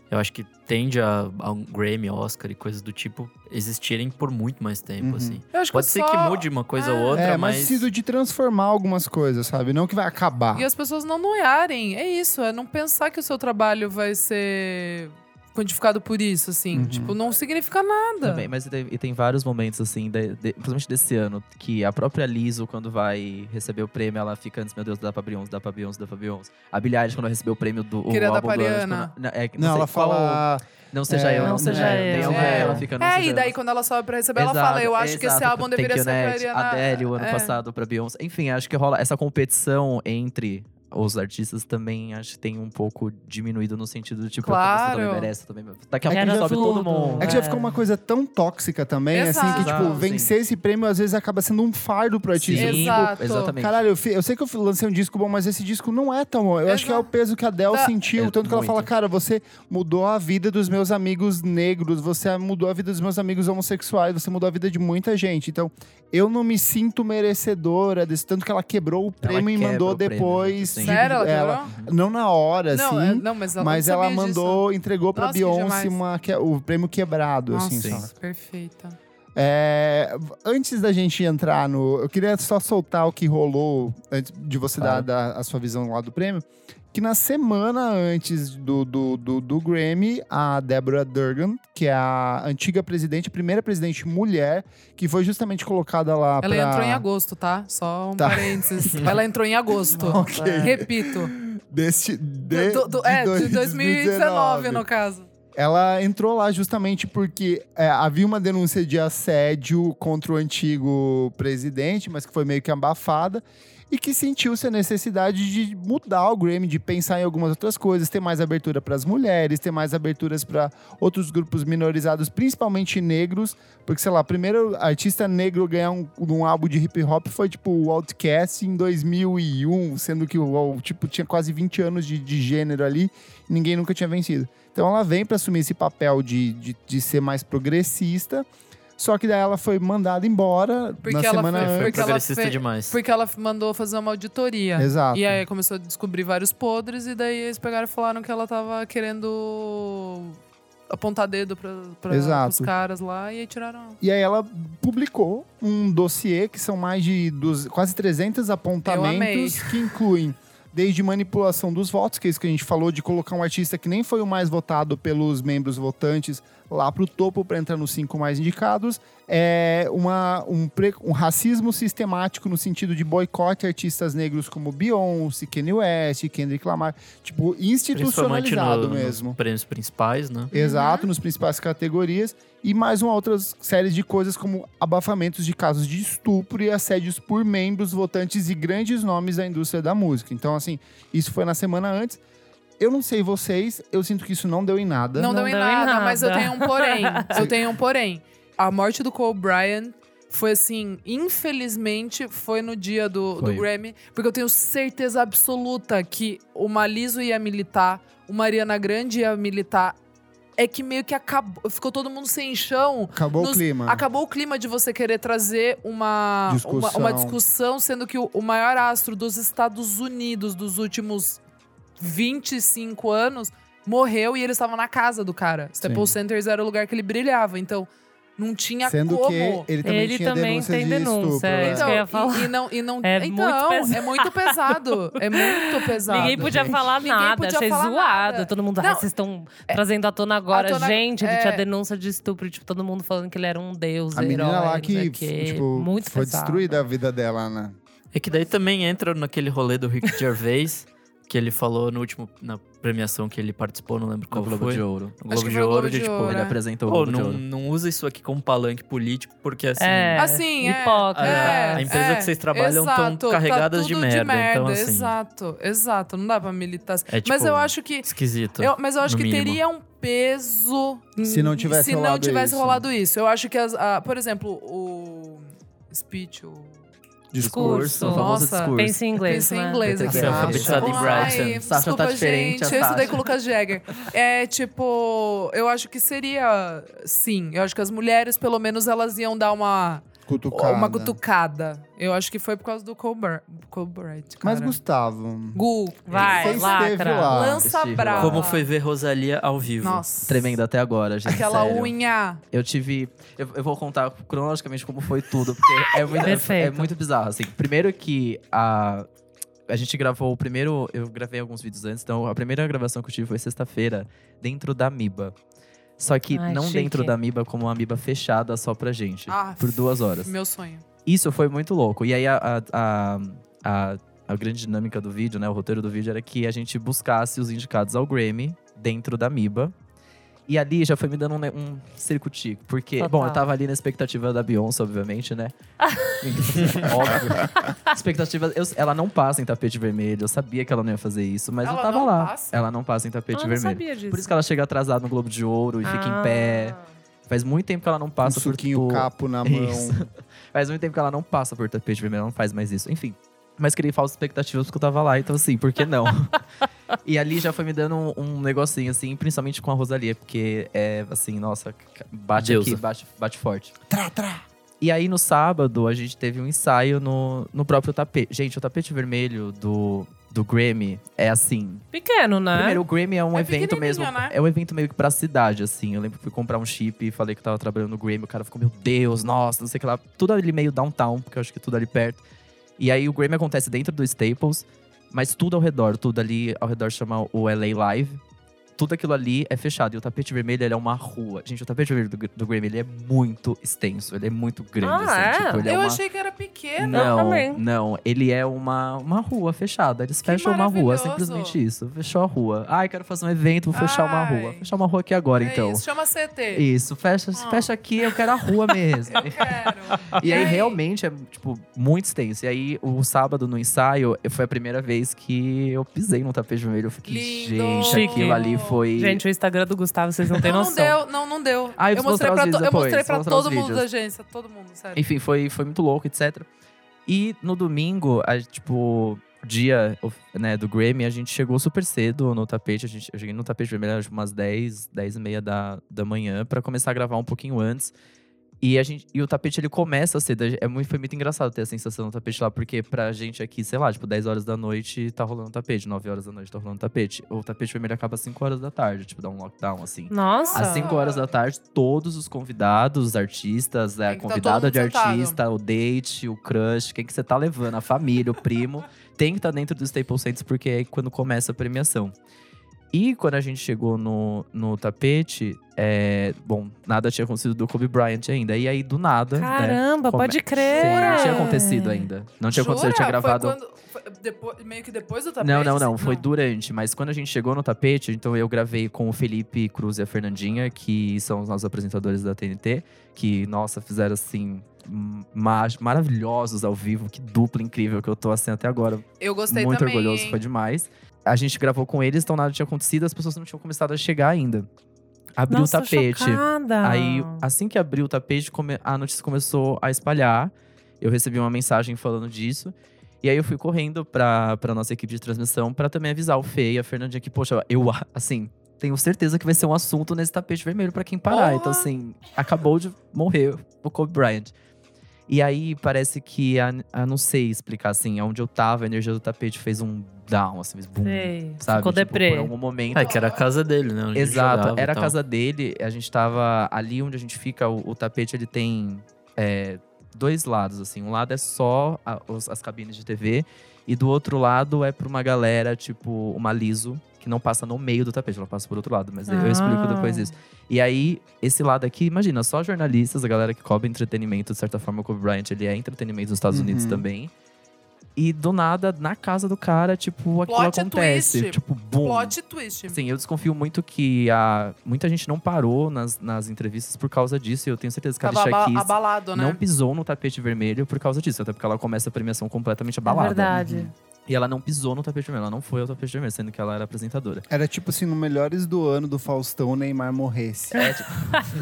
eu acho que tende a, a um Grammy, Oscar e coisas do tipo existirem por muito mais tempo, Uhum. assim. Eu acho Pode que ser só... que mude uma coisa ou outra, É, mas... mas sido de transformar algumas coisas, sabe? Não que vai acabar. E as pessoas não noiarem. É isso, é não pensar que o seu trabalho vai ser quantificado por isso, assim. Uhum. Tipo, não significa nada. Também, mas e tem, e tem vários momentos, assim, de, de, principalmente desse ano, que a própria Lizzo, quando vai receber o prêmio, ela fica antes, meu Deus, dá pra Beyoncé, dá pra Beyoncé, dá pra Beyoncé. A Billie Eilish, quando recebeu o prêmio do o Queria dar álbum pra do ano, Ariana. quando- é, Não, sei ela qual- fala… Não seja É, eu. Não seja é, eu. Tem alguma, É. ela fica, não É, seja e daí eu. quando ela sobe pra receber, ela Exato, fala, eu acho que esse exato. álbum deveria Thank ser you, com a Next, Ariana. Adele, o ano É. passado, pra Beyoncé. Enfim, acho que rola essa competição entre os artistas também, acho que tem um pouco diminuído no sentido de, tipo, Claro. você também merece, também Daqui a É que pouco já sobe tudo. todo mundo. É que já É. ficou uma coisa tão tóxica também, assim, que, Exato. tipo, Sim. vencer esse prêmio às vezes acaba sendo um fardo pro artista. Sim, Exato. exatamente. Caralho, eu, fi- eu sei que eu fi- lancei um disco bom, mas esse disco não é tão bom. Eu acho que é o peso que a Adele Tá. sentiu. É, Tanto que ela muito. fala, cara, você mudou a vida dos meus amigos negros, você mudou a vida dos meus amigos homossexuais, você mudou a vida de muita gente. Então, eu não me sinto merecedora desse tanto que ela quebrou o prêmio e quebra mandou o prêmio, depois. sim. de- Sério? Ela ela- Não na hora, Não, assim. é- não, mas ela Mas não ela sabia mandou, entregou pra Nossa, que Beyoncé demais. uma, que- o prêmio quebrado, Nossa, assim, Sim. sabe? perfeita. É, antes da gente entrar no… Eu queria só soltar o que rolou, antes de você Claro. dar, dar a sua visão lá do prêmio. Que na semana antes do, do, do, do Grammy, a Deborah Durgan, que é a antiga presidente, primeira presidente mulher, que foi justamente colocada lá Ela pra… entrou em agosto, tá? Só um Tá. parênteses. Ela entrou em agosto. Ok. Repito. Deste, de, Do- do- de é, dois- de dois mil e dezenove, no caso. Ela entrou lá justamente porque é, havia uma denúncia de assédio contra o antigo presidente, mas que foi meio que abafada, e que sentiu-se a necessidade de mudar o Grammy, de pensar em algumas outras coisas, ter mais abertura para as mulheres, ter mais aberturas para outros grupos minorizados, principalmente negros, porque, sei lá, o primeiro artista negro ganhar um, um álbum de hip hop foi, tipo, o Outkast em dois mil e um, sendo que o, o tipo, tinha quase vinte anos de, de gênero ali, e ninguém nunca tinha vencido. Então ela vem para assumir esse papel de, de, de ser mais progressista, só que daí ela foi mandada embora Porque na ela semana foi- antes. Foi porque ela progressista fe- demais. Porque ela mandou fazer uma auditoria. Exato. E aí começou a descobrir vários podres, e daí eles pegaram e falaram que ela tava querendo apontar dedo pra, pra, Exato. pros caras lá, e aí tiraram ela. E aí ela publicou um dossiê que são mais de dos, quase trezentos apontamentos que incluem desde manipulação dos votos, que é isso que a gente falou, de colocar um artista que nem foi o mais votado pelos membros votantes lá pro topo para entrar nos cinco mais indicados, é uma, um, pre, um racismo sistemático no sentido de boicote a artistas negros como Beyoncé, Kanye West, Kendrick Lamar, tipo, institucionalizado no, mesmo. Nos prêmios principais, né? Exato, nos principais categorias. E mais uma outras séries de coisas como abafamentos de casos de estupro e assédios por membros votantes e grandes nomes da indústria da música. Então, assim, isso foi na semana antes. Eu não sei vocês, eu sinto que isso não deu em nada. Não, Não deu em deu em nada, mas eu nada. tenho um porém. Eu tenho um porém. A morte do Kobe Bryant foi assim, infelizmente, foi no dia do, do Foi. Grammy, porque eu tenho certeza absoluta que o Maliso ia militar, o Mariana Grande ia militar. É que meio que acabou, ficou todo mundo sem chão. Acabou o Nos- clima. Acabou o clima de você querer trazer uma Discussão. uma, uma discussão, sendo que o, o maior astro dos Estados Unidos dos últimos vinte e cinco anos morreu, e eles estavam na casa do cara. Staples Center era o lugar que ele brilhava. Então, não tinha Sendo como. que ele também Ele tinha também denúncias tem de denúncia, estupro. é né? isso que eu ia falar. E, e não, e não, É então, muito pesado. é muito pesado. É muito pesado. Ninguém podia gente. falar Ninguém nada, podia achei falar zoado. nada. Todo mundo, Não, ah, vocês estão trazendo à tona agora. à tona- Gente, ele é. tinha denúncia de estupro, tipo, todo mundo falando que ele era um deus, A menina herói, lá não sei que, o quê. tipo, Muito foi pesado. destruída a vida dela, né? É que daí também entra naquele rolê do Rick Gervais, que ele falou no último, na premiação que ele participou, não lembro No qual Globo foi. de Ouro. No Acho Globo que de foi o Ouro, Globo de de tipo, Ouro, Ele é. apresentou o pô, Globo de não, Ouro. não usa isso aqui como palanque político, porque assim… É, Assim, é. hipócrita. É, A empresa é, que vocês trabalham exato, tão carregadas tá de tudo merda, então, assim. Exato, exato. Não dá pra militar. É, tipo, mas eu acho que. esquisito. Eu, mas eu acho no que mínimo. teria um peso Se não tivesse se não rolado tivesse isso. rolado isso. Eu acho que, as, a- por exemplo, o speech, o. Discurso. O famoso Nossa, discurso. Pensa em inglês, Pensei em né? inglês Tem aqui. que ser alfabetizado em Ai, Brighton. Sasha desculpa, tá diferente, gente. a Eu estudei Sasha. com o Lucas Jagger. É, tipo, eu acho que seria… Sim, eu acho que as mulheres, pelo menos, elas iam dar uma… Cutucada. uma cutucada. Eu acho que foi por causa do Colbert. Colbert cara. Mas, Gustavo, Gu, Vai, você lacra. esteve lá. lança Estive lá. brava. Como foi ver Rosalia ao vivo? Nossa. Tremendo até agora, gente. Aquela sério. unha. Eu tive. Eu, eu vou contar cronologicamente como foi tudo, porque é muito, é, Perfeito. é muito bizarro, assim. Primeiro que a. A gente gravou o primeiro. Eu gravei alguns vídeos antes, então a primeira gravação que eu tive foi sexta-feira, dentro da Miba. Só que Ai, não chique. dentro da Miba, como uma Miba fechada só pra gente. Ah, por duas horas. Meu sonho. Isso foi muito louco. E aí a, a, a, a, a grande dinâmica do vídeo, né? O roteiro do vídeo era que a gente buscasse os indicados ao Grammy dentro da Miba. E ali já foi me dando um, ne- um circuitico. Porque, Total. bom, eu tava ali na expectativa da Beyoncé, obviamente, né? Óbvio. Expectativa. eu- ela não passa em tapete vermelho. Eu sabia que ela não ia fazer isso, mas Ela eu tava não lá. passa? Ela não passa em tapete Ah, não vermelho. sabia disso. Por isso que ela chega atrasada no Globo de Ouro e fica em pé. Ah. Faz muito tempo que ela não Um passa por suquinho por- capo na mão. Isso. Faz muito tempo que ela não passa por tapete vermelho, ela não faz mais isso. Enfim. Mas criei falsas expectativas porque eu tava lá, então assim, por que não? E ali já foi me dando um, um negocinho, assim, principalmente com a Rosalia, porque é assim, nossa, bate Deusa. aqui, bate, bate forte. Trá, trá. E aí no sábado a gente teve um ensaio no, no próprio tapete. Gente, o tapete vermelho do, do Grammy é assim. Pequeno, né? Primeiro, o Grammy é um É evento mesmo. pequenininho, né? É um evento meio que pra cidade, assim. Eu lembro que fui comprar um chip e falei que eu tava trabalhando no Grammy. O cara ficou, meu Deus, nossa, não sei o que lá. Tudo ali meio downtown, porque eu acho que tudo ali perto. E aí o Grammy acontece dentro do Staples, mas tudo ao redor. Tudo ali ao redor chama o L A Live. Tudo aquilo ali é fechado. E o tapete vermelho, ele é uma rua. Gente, o tapete vermelho do, do Grammy, ele é muito extenso. Ele é muito grande, Ah, assim. é? Tipo, ele é Eu uma... achei que era pequeno. Não, também. não. Ele é uma, uma rua fechada. Eles Que fecham uma rua, maravilhoso. simplesmente isso. Fechou a rua. Ai, quero fazer um evento, vou fechar uma Ai. rua. Fechar uma rua aqui agora, É então. isso, chama C T. Isso, fecha, Ah. fecha aqui, eu quero a rua mesmo. Eu quero. E aí, realmente, é, tipo, muito extenso. E aí, o sábado, no ensaio, foi a primeira vez que eu pisei no tapete vermelho. Eu fiquei, Lindo. gente, Chique. aquilo ali foi… Gente, o Instagram do Gustavo, vocês não têm Não, não noção. deu, não, não deu. Ah, eu eu vou mostrei mostrar pra, os vídeos to- eu depois, mostrei vou pra mostrar todo os mundo vídeos. da agência, todo mundo, sério. Enfim, foi, foi muito louco, etcétera. E no domingo, a, tipo, dia né, do Grammy, a gente chegou super cedo no tapete. A gente, eu cheguei no tapete vermelho tipo, umas dez, dez e meia da, da manhã pra começar a gravar um pouquinho antes. E, a gente, e o tapete, ele começa cedo. É muito, foi muito engraçado ter a sensação do tapete lá. Porque pra gente aqui, sei lá, tipo, dez horas da noite tá rolando tapete. nove horas da noite tá rolando tapete. O tapete vermelho acaba às cinco horas da tarde. Tipo, dá um lockdown, assim. Nossa. Às cinco horas da tarde, todos os convidados, os artistas, a Tem que tá convidada todo de mundo sentado. artista, o date, o crush, quem que você tá levando, a família, o primo, tem que estar dentro do Staples Center, porque é aí quando começa a premiação. E quando a gente chegou no, no tapete, é, bom, nada tinha acontecido do Kobe Bryant ainda. E aí, do nada, né, Caramba, come- pode crer. Sim, não tinha acontecido ainda. Não tinha acontecido, eu tinha Jura? gravado… Foi quando, foi depois, meio que depois do tapete? Não, não, não. assim? Foi durante. Mas quando a gente chegou no tapete, então eu gravei com o Felipe Cruz e a Fernandinha, que são os nossos apresentadores da T N T. Que, nossa, fizeram assim… ma- maravilhosos ao vivo. Que dupla incrível que eu tô assim até agora. Eu gostei Muito também, orgulhoso, hein? foi demais. A gente gravou com eles, então nada tinha acontecido. As pessoas não tinham começado a chegar ainda. Abriu Nossa, o tapete. chocada. Aí, assim que abriu o tapete, come- a notícia começou a espalhar. Eu recebi uma mensagem falando disso. E aí eu fui correndo pra, pra nossa equipe de transmissão pra também avisar o Fê e a Fernandinha que, poxa, eu, assim, tenho certeza que vai ser um assunto nesse tapete vermelho pra quem parar. Porra! Então, assim, acabou de morrer o Kobe Bryant. E aí, parece que, a, a não sei explicar, assim, onde eu tava, a energia do tapete fez um down, assim, fez boom, Sei. sabe? Ficou Tipo, deprê. por algum momento. É, que era a casa dele, né? onde ele Exato, jogava e era a tal. casa dele. A gente tava ali onde a gente fica, o, o tapete ele tem é, dois lados, assim. Um lado é só a- os- as cabines de T V, e do outro lado é pra uma galera, tipo, uma liso, que não passa no meio do tapete, ela passa por outro lado, mas eu Ah. explico depois isso. E aí, esse lado aqui, imagina, só jornalistas, a galera que cobre entretenimento, de certa forma, o Kobe Bryant, ele é entretenimento nos Estados Uhum. Unidos também. E do nada, na casa do cara, tipo, aquilo Plot acontece. twist. Tipo, boom. Plot twist. Sim, eu desconfio muito que a, muita gente não parou nas, nas entrevistas por causa disso. E eu tenho certeza que a Tava Alicia aba- Keys abalado, né? não pisou no tapete vermelho por causa disso. Até porque ela começa a premiação completamente É abalada. verdade. E ela não pisou no tapete vermelho. Ela não foi ao tapete vermelho, sendo que ela era apresentadora. Era tipo assim, no Melhores do Ano do Faustão, o Neymar morresse. É, tipo,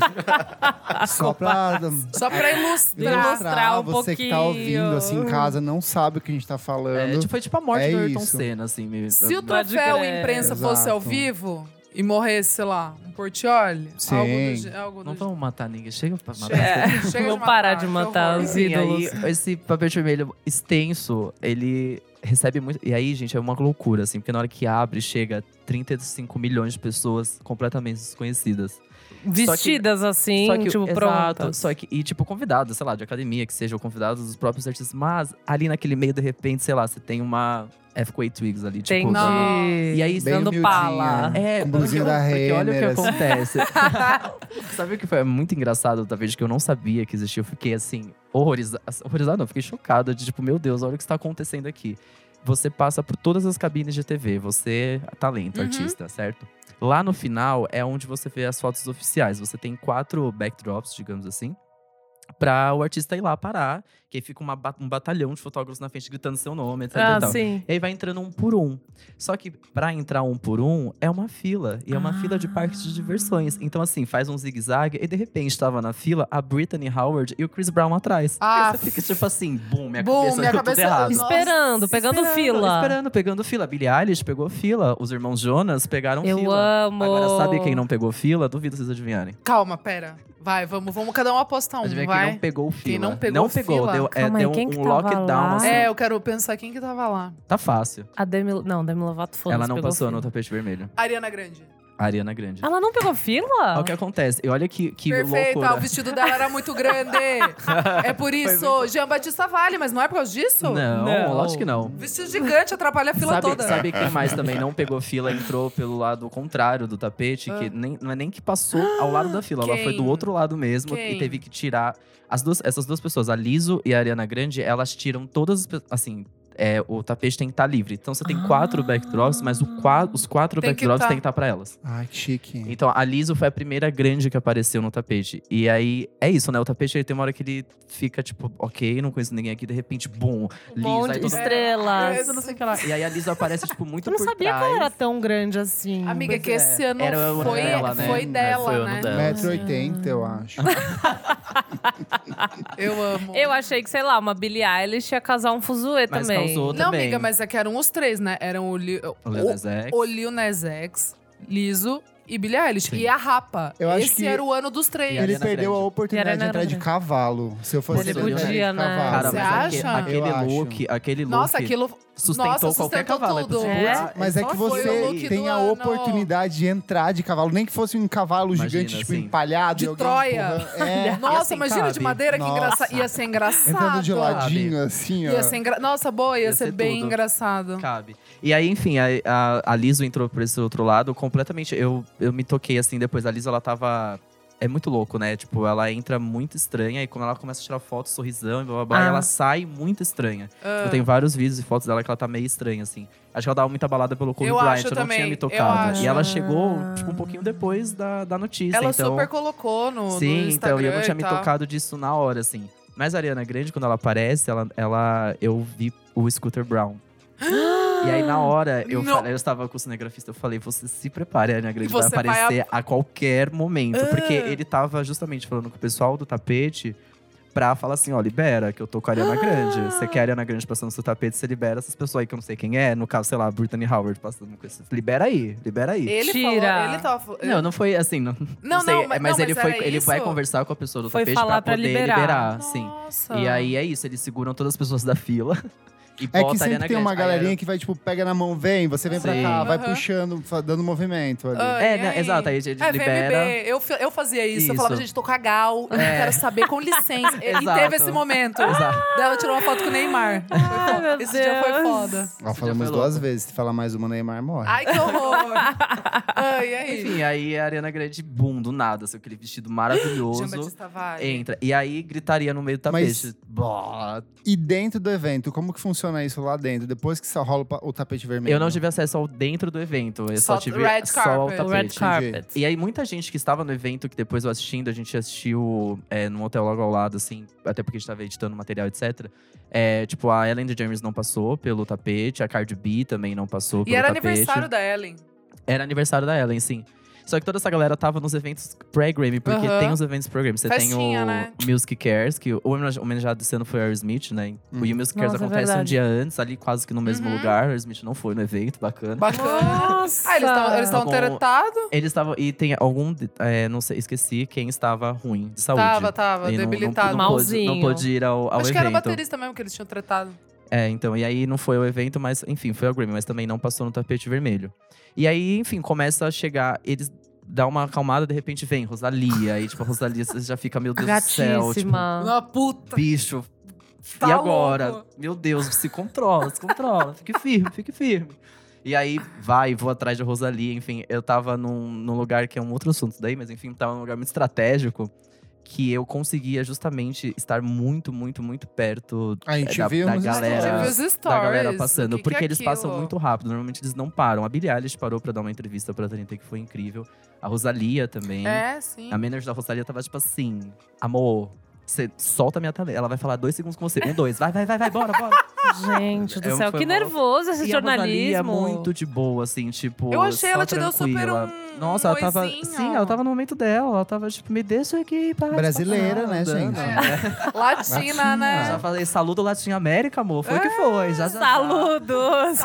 Só pra Só pra ilustrar. Ilustrar um você que tá pouquinho. ouvindo assim em casa, não sabe o que a gente tá falando. é, tipo, foi tipo a morte É do Ayrton isso. Senna, assim. me- Se o Pode troféu crer. imprensa fosse ao Exato. vivo, E morresse, sei lá, um Portiolli? Sim. Algo do, gê- algo do Não gê- vamos matar ninguém. Chega pra matar. Chega, chega de Vamos parar de que matar horror. os Enfim, aí, ídolos. esse tapete vermelho extenso, ele recebe muito. E aí, gente, é uma loucura, assim, porque na hora que abre, chega trinta e cinco milhões de pessoas completamente desconhecidas. Vestidas assim, Só que, tipo, exato, prontas. só que, e tipo, convidados, sei lá, de academia, que sejam convidados dos próprios artistas. Mas ali naquele meio, de repente, sei lá, você tem uma F K Twigs ali, Tem tipo. de… E aí, Bem dando humildinha. pala. É, Com porque, blusinha da porque olha o que Renner, assim. acontece. Sabe o que foi muito engraçado, talvez, que eu não sabia que existia? Eu fiquei, assim, horrorizado. Horrorizado não, fiquei chocado de, tipo, meu Deus, olha o que está acontecendo aqui. Você passa por todas as cabines de T V, você é talento, Uhum. artista, certo? Lá no final é onde você vê as fotos oficiais. Você tem quatro backdrops, digamos assim, pra o artista ir lá parar. Que aí fica uma ba- um batalhão de fotógrafos na frente gritando seu nome, etc. Ah, e tal. sim. E aí vai entrando um por um. Só que pra entrar um por um, é uma fila. E é uma Ah. fila de parques de diversões. Então, assim, faz um zigue-zague. E de repente, tava na fila a Brittany Howard e o Chris Brown atrás. Ah, e você fica tipo assim, bum, minha Bum, cabeça minha deu cabeça- tudo errado. Nossa, Esperando, pegando Esperando, fila. Esperando, pegando fila. Billie Eilish pegou fila. Os irmãos Jonas pegaram Eu fila. amo. Agora, sabe quem não pegou fila? Duvido vocês adivinharem. Calma, pera. Vai, vamos, vamos cada um apostar um, Adivinha vai. quem não pegou fila. Quem não pegou Não pegou, fila? deu, é, Calma aí, deu quem um, que um tava lockdown, lá? assim. É, eu quero pensar quem que tava lá. Tá fácil. A Demi… Não, Demi Lovato foda-se, Ela não pegou passou fila. no tapete vermelho. Ariana Grande. A Ariana Grande. Ela não pegou fila? Olha o que acontece. E olha que, que Perfeita, loucura. o vestido dela era muito grande. É por isso. Jean Batista vale, mas não é por causa disso? Não, Não. lógico que não. Vestido gigante, atrapalha a fila Sabe, toda. sabe quem mais também não pegou fila, entrou pelo lado contrário do tapete, que nem, não é nem que passou ao lado da fila, ela Quem? foi do outro lado mesmo Quem? e teve que tirar. As duas, essas duas pessoas, a Lizzo e a Ariana Grande, elas tiram todas as. pe- Assim, é, o tapete tem que estar livre. Então você tem quatro backdrops, mas o qua- os quatro Tem que backdrops tá. tem que estar pra elas. Ai, que chique. Então, a Lizzo foi a primeira grande que apareceu no tapete. E aí, é isso, né? O tapete, ele tem uma hora que ele fica, tipo, ok, não conheço ninguém aqui. De repente, bum, Um Lizzo. monte Aí de todo mundo- estrelas. É, eu não sei o que lá. E aí, a Lizzo aparece, tipo, muito Eu não por sabia trás. que ela era tão grande assim. Amiga, Pois que é. esse ano Era o ano foi, dela, né? foi É, dela, foi o ano né? dela. um metro e oitenta, eu acho. Eu amo. Eu achei que, sei lá, uma Billie Eilish ia casar um fuzuê Mas também. causou Não, também. amiga, mas é que eram os três, né? Eram o, Li, O Lil Nas X. o Lil Nas X, Lizzo e Billie Eilish. Sim. E a Rapa. Eu acho Esse que era o ano dos três. E Ele Ariana perdeu Grande. a oportunidade E de Ariana entrar de Grande. cavalo. Se eu fosse Ele ele, eu entraria podia, de né? cavalo. Cara, Você mas aque- acha? aquele Eu acho. look, aquele look Nossa, aquilo sustentou Nossa, qualquer sustentou cavalo. tudo. É É. possível. Mas é que Foi o você look tem do a ano. oportunidade de entrar de cavalo. Nem que fosse um cavalo Imagina, gigante, tipo, assim. empalhado. De e alguém Troia. empurrando. É, Nossa, assim, imagina cabe. de madeira, que Nossa. engraçado. Ia ser engraçado. entrando de ladinho, Sabe? assim, ó. Ia ser engra... Nossa, boa, ia, Ia ser, ser bem tudo. engraçado. Cabe. E aí, enfim, a, a, a Lizzo entrou por esse outro lado completamente. Eu, eu me toquei assim depois. A Lizzo, ela tava. É muito louco, né? Tipo, ela entra muito estranha e quando ela começa a tirar fotos, sorrisão e blá blá blá, Ah. ela sai muito estranha. Ah. Eu tenho vários vídeos e fotos dela que ela tá meio estranha, assim. Acho que ela dava muita balada pelo Kobe Eu Bryant, acho eu não também, tinha me eu tocado. acho. E ela chegou, tipo, um pouquinho depois da, da notícia. Ela então... super colocou no, no Sim, Instagram então, e eu não tinha e me tal. tocado disso na hora, assim. Mas a Ariana Grande, quando ela aparece, ela, ela, eu vi o Scooter Brown. E aí, na hora, eu, Não. falei, eu estava com o cinegrafista, eu falei, você se prepare, a Ariana Grande vai Você vai aparecer a... qualquer momento. Ah. Porque ele tava justamente falando com o pessoal do tapete pra falar assim, ó, libera, que eu tô com a Ariana Grande. Você quer a Ariana Grande passando no seu tapete, você libera essas pessoas aí que eu não sei quem é. No caso, sei lá, Brittany Howard passando com isso. Libera aí, libera aí. Ele Tira. falou, ele tava falando. Não, não foi assim, não, Não, sei, não, mas- mas não, ele mas foi, era ele isso? vai conversar com a pessoa do Foi tapete falar pra pra poder liberar. liberar, sim. Nossa. E aí é isso, eles seguram todas as pessoas da fila e É bota que a sempre Ariana tem uma Grande. Aí galerinha era- que vai, tipo, pega na mão, vem, você vem pra Sim. cá, vai Aham. puxando, fa- dando movimento ali. Ah, É, e né, aí? exato, aí a gente É, libera. V M B. Eu, fi- eu fazia isso. Eu Isso. falava, gente, tô cagal. Eu não É. quero saber, com licença. E Exato. teve esse momento. Exato. Daí ela tirou uma foto com o Neymar. Foi foda. meu Esse dia foi Deus. foda. Ó, falamos foi duas louco. vezes. Se falar mais uma, Neymar morre. Ai, que horror. Ai, e aí? Enfim, aí a Ariana Grande, boom, do nada, assim, aquele vestido Jean maravilhoso. Batista vai. Entra. E aí gritaria no meio do Mas- tapete. Bah. E dentro do evento, como que funciona isso lá dentro? Depois que só rola o pa- o tapete vermelho? Eu não tive acesso ao dentro do evento. Eu só, Só tive red só ao carpet. O red tapete. carpet. E aí, muita gente que estava no evento, que depois eu assistindo, a gente assistiu é, num hotel logo ao lado, assim, até porque a gente tava editando material, etcétera. É, tipo, a Ellen DeGeneres não passou pelo tapete, a Cardi B também não passou E pelo era tapete. aniversário da Ellen. Era aniversário da Ellen, sim. Só que toda essa galera tava nos eventos pré-Grammy, porque Aham. tem os eventos pré-Grammy. Você Festinha, tem o né? Music Cares, que o homenage- homenageado desse ano foi o Aerosmith, né? Hum. O Music Cares Nossa, é acontece um verdade. dia antes, ali quase que no mesmo Uhum. lugar. O Aerosmith não foi no evento, bacana. Bacana. Nossa! Ah, eles estavam eles Algum- tretados? Eles estavam. E tem algum. é, não sei, esqueci quem estava ruim de saúde. Tava, tava, E não- não- debilitado. Não, pôde, Malzinho. não pôde ir ao, ao Acho evento. que era o baterista mesmo que eles tinham tretado. É, então, e aí não foi o evento, mas enfim, foi ao Grammy, mas também não passou no tapete vermelho. E aí, enfim, começa a chegar, eles dão uma acalmada, de repente vem Rosalía, e tipo, a Rosalía você já fica, meu Deus do céu, tipo, Gatíssima. Uma puta. bicho. Tá e agora? louco. Meu Deus, se controla, se controla, fique firme, fique firme. E aí, vai, vou atrás de Rosalía, enfim, eu tava num, num lugar que é um outro assunto daí, mas enfim, tava num lugar muito estratégico, que eu conseguia justamente estar muito, muito, muito perto A gente da, viu da nos galera. Tipo, stories. os stories. Da galera passando, O que que porque é eles passam aquilo? muito rápido. Normalmente eles não param. A Billie Eilish parou pra dar uma entrevista pra trinta, que foi incrível. A Rosalía também. É, sim. A manager da Rosalía tava tipo assim: amor, você solta a minha talenta. Ela vai falar dois segundos com você. Um, dois, vai, vai, vai, vai, bora, bora. Gente do É, céu, foi que uma- nervoso esse E a Rosalía é jornalismo. muito de boa, assim, tipo. Eu achei só ela te deu super tranquila. um Nossa, ela tava. oizinho. Sim, ela tava no momento dela. Ela tava tipo, me deixa aqui, pá. Brasileira, né, gente? Latina, né? Eu já falei, saludo Latinha América, amor. Foi o que foi. Já, já, já. Saludos!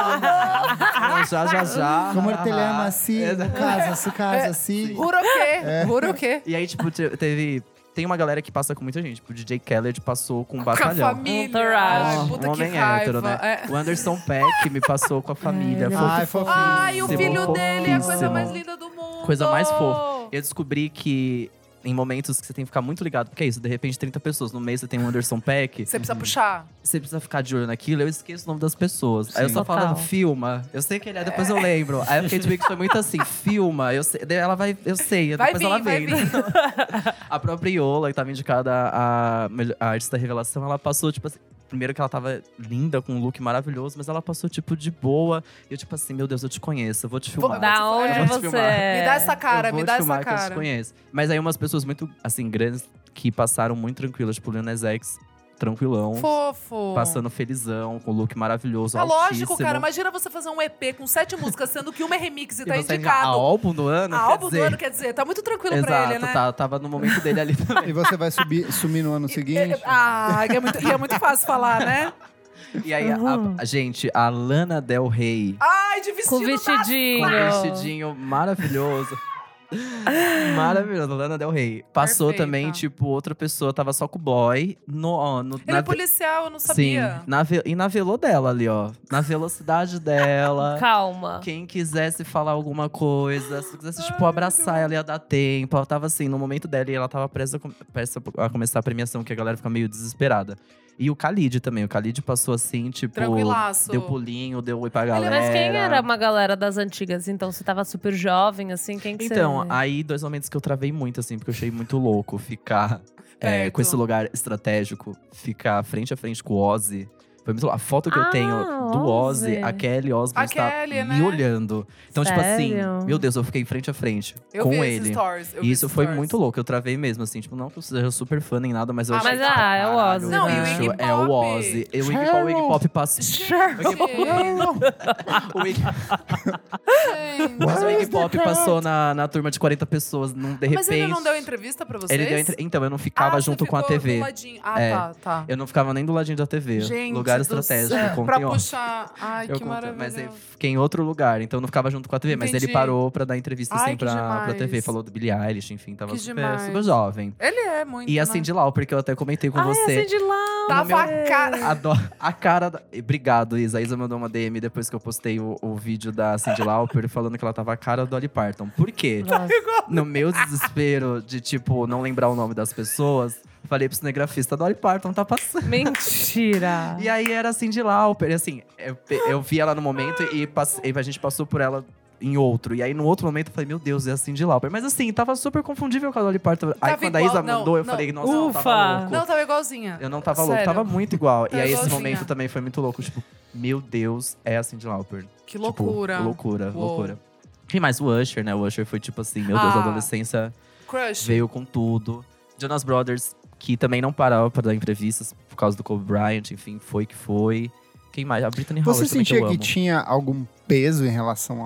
já, já, já. Como ele ama assim, Exato. casa, se casa assim. Juro o quê? Juro o quê? E aí, tipo, te- teve. Tem uma galera que passa com muita gente. Tipo, o D J Khaled passou com um Com a batalhão. família. Entourage. Ai, Um puta que homem raiva. hétero, né? É. O Anderson Peck me passou com a família. Ele é Fofo, Ai, fofinho. Ai, o fofíssimo, filho dele é a coisa fofíssimo. mais linda do mundo. Coisa mais fofa. Eu descobri que em momentos que você tem que ficar muito ligado, porque é isso, de repente trinta pessoas, no mês você tem o Anderson Peck, Você precisa puxar. você precisa ficar de olho naquilo, eu esqueço o nome das pessoas. Aí eu Sim. só Total. falo, filma. Eu sei que ele é, depois eu lembro. Aí eu fiquei tipo, que foi muito assim, filma. Eu sei, daí ela vai, eu sei, Vai depois vir, ela vai vem. vir. A própria Iola, que tava indicada a, a artista revelação, ela passou, tipo assim. Primeiro que ela tava linda, com um look maravilhoso, mas ela passou, tipo, de boa. E eu, tipo assim, meu Deus, eu te conheço, eu vou te filmar. Da Eu onde vou te você filmar. é? Me dá essa cara, eu vou me te dá essa filmar, que eu te cara. conheço. Mas aí umas pessoas muito, assim, grandes, que passaram muito tranquilas, tipo o Lil Nas X, tranquilão. Fofo. Passando felizão, com um look maravilhoso, É lógico, altíssimo. cara. Imagina você fazer um E P com sete músicas, sendo que uma é remix e E tá você indicado. a álbum do ano, A quer álbum do dizer, ano, quer dizer, tá muito tranquilo Exato, pra ele, né? tá, tava no momento dele ali também. E você vai subir, sumir no ano seguinte? Ah, e é muito, e é muito fácil falar, né? E aí, a, a- gente, a Lana Del Rey, Ai, de vestido. Com vestidinho. com um vestidinho maravilhoso. Maravilhoso, Lana Del Rey. Passou Perfeita. também, tipo, outra pessoa tava só com o boy. No, ó, no, Ele na é ve- policial, eu não sabia. Sim, na ve- e na velô dela ali, ó. Na velocidade dela. Calma. Quem quisesse falar alguma coisa, se quisesse, tipo, Ai, abraçar ela, ia dar tempo. Ela tava assim, no momento dela, e ela tava prestes a, com- prestes a começar a premiação, que a galera fica meio desesperada. E o Khalid também. O Khalid passou assim, tipo… Tranquilaço. Deu pulinho, deu oi pra Ele- galera. Mas quem era uma galera das antigas? Então, você tava super jovem, assim? Quem que Então, você… aí dois momentos que eu travei muito, assim, porque eu achei muito louco ficar é, Perto. com esse lugar estratégico, ficar frente a frente com o Ozzy. Foi muito louco. A foto que eu Ah, tenho do Ozzy, Ozzy. a Kelly Osbourne A está Kelly, me né? olhando. Então, tipo assim, Sério? meu Deus, eu fiquei frente a frente Eu com vi ele. esses stories. eu E vi isso esses foi stories. muito louco. Eu travei mesmo, assim, tipo, não que eu seja super fã nem nada, mas eu Ah, achei mas, tipo, ah, é o caralho, Ozzy, Não, e o bicho, Iggy é o Pop. Ozzy. E o Iggy Pop, o Iggy Pop passou. O Iggy Pop, o Iggy, Gente. mas o Iggy Pop passou na, na turma de quarenta pessoas, num, de repente. Mas ele não deu entrevista pra vocês? Ele deu entre- Então, eu não ficava Ah, junto você com a ficou T V. do ladinho. Ah, É. tá, tá. Eu não ficava nem do ladinho da T V. Gente lugar do estratégico. céu. Contei Pra ontem. puxar. Ai, Eu que conto- maravilha. mas eu fiquei em outro lugar, então eu não ficava junto com a T V. Mas ele Entendi. parou pra dar entrevista Ai, assim que pra, pra demais. T V. Falou do Billie Eilish, enfim, tava Que super, demais. super jovem. Ele é muito, E a né? Cindy Lauper, que eu até comentei com Ai, você. assim de lá. Tava a cara. A, do- a cara da… Obrigado, Isa. A Isa mandou uma D M depois que eu postei o, o vídeo da Cindy Lauper falando que ela tava a cara do Dolly Parton. Por quê? No meu desespero de, tipo, não lembrar o nome das pessoas, falei pro cinegrafista, Dolly Parton tá passando. Mentira. E aí era a Cindy Lauper. E assim, eu, eu vi ela no momento e, passe- e a gente passou por ela em outro. E aí, no outro momento, eu falei, meu Deus, é a Cindy Lauper. Mas assim, tava super confundível com a Dolly Parton. Aí, Tava quando a igual- Isa não, mandou, eu não. falei, nossa, Ufa. eu tava louco. Não, tava igualzinha. Eu não tava louco, Sério. tava muito igual. Tá e aí, esse igualzinha. momento também foi muito louco. Tipo, meu Deus, é a Cindy Lauper. Que loucura. Tipo, loucura, Uou. loucura. Quem mais? O Usher, né? O Usher foi tipo assim, meu Deus, Ah. a adolescência Crush. veio com tudo. Jonas Brothers, que também não parava pra dar entrevistas por causa do Kobe Bryant, enfim, foi que foi. Quem mais? A Britney Você Howard também, que sentia eu que amo. tinha algum peso em relação a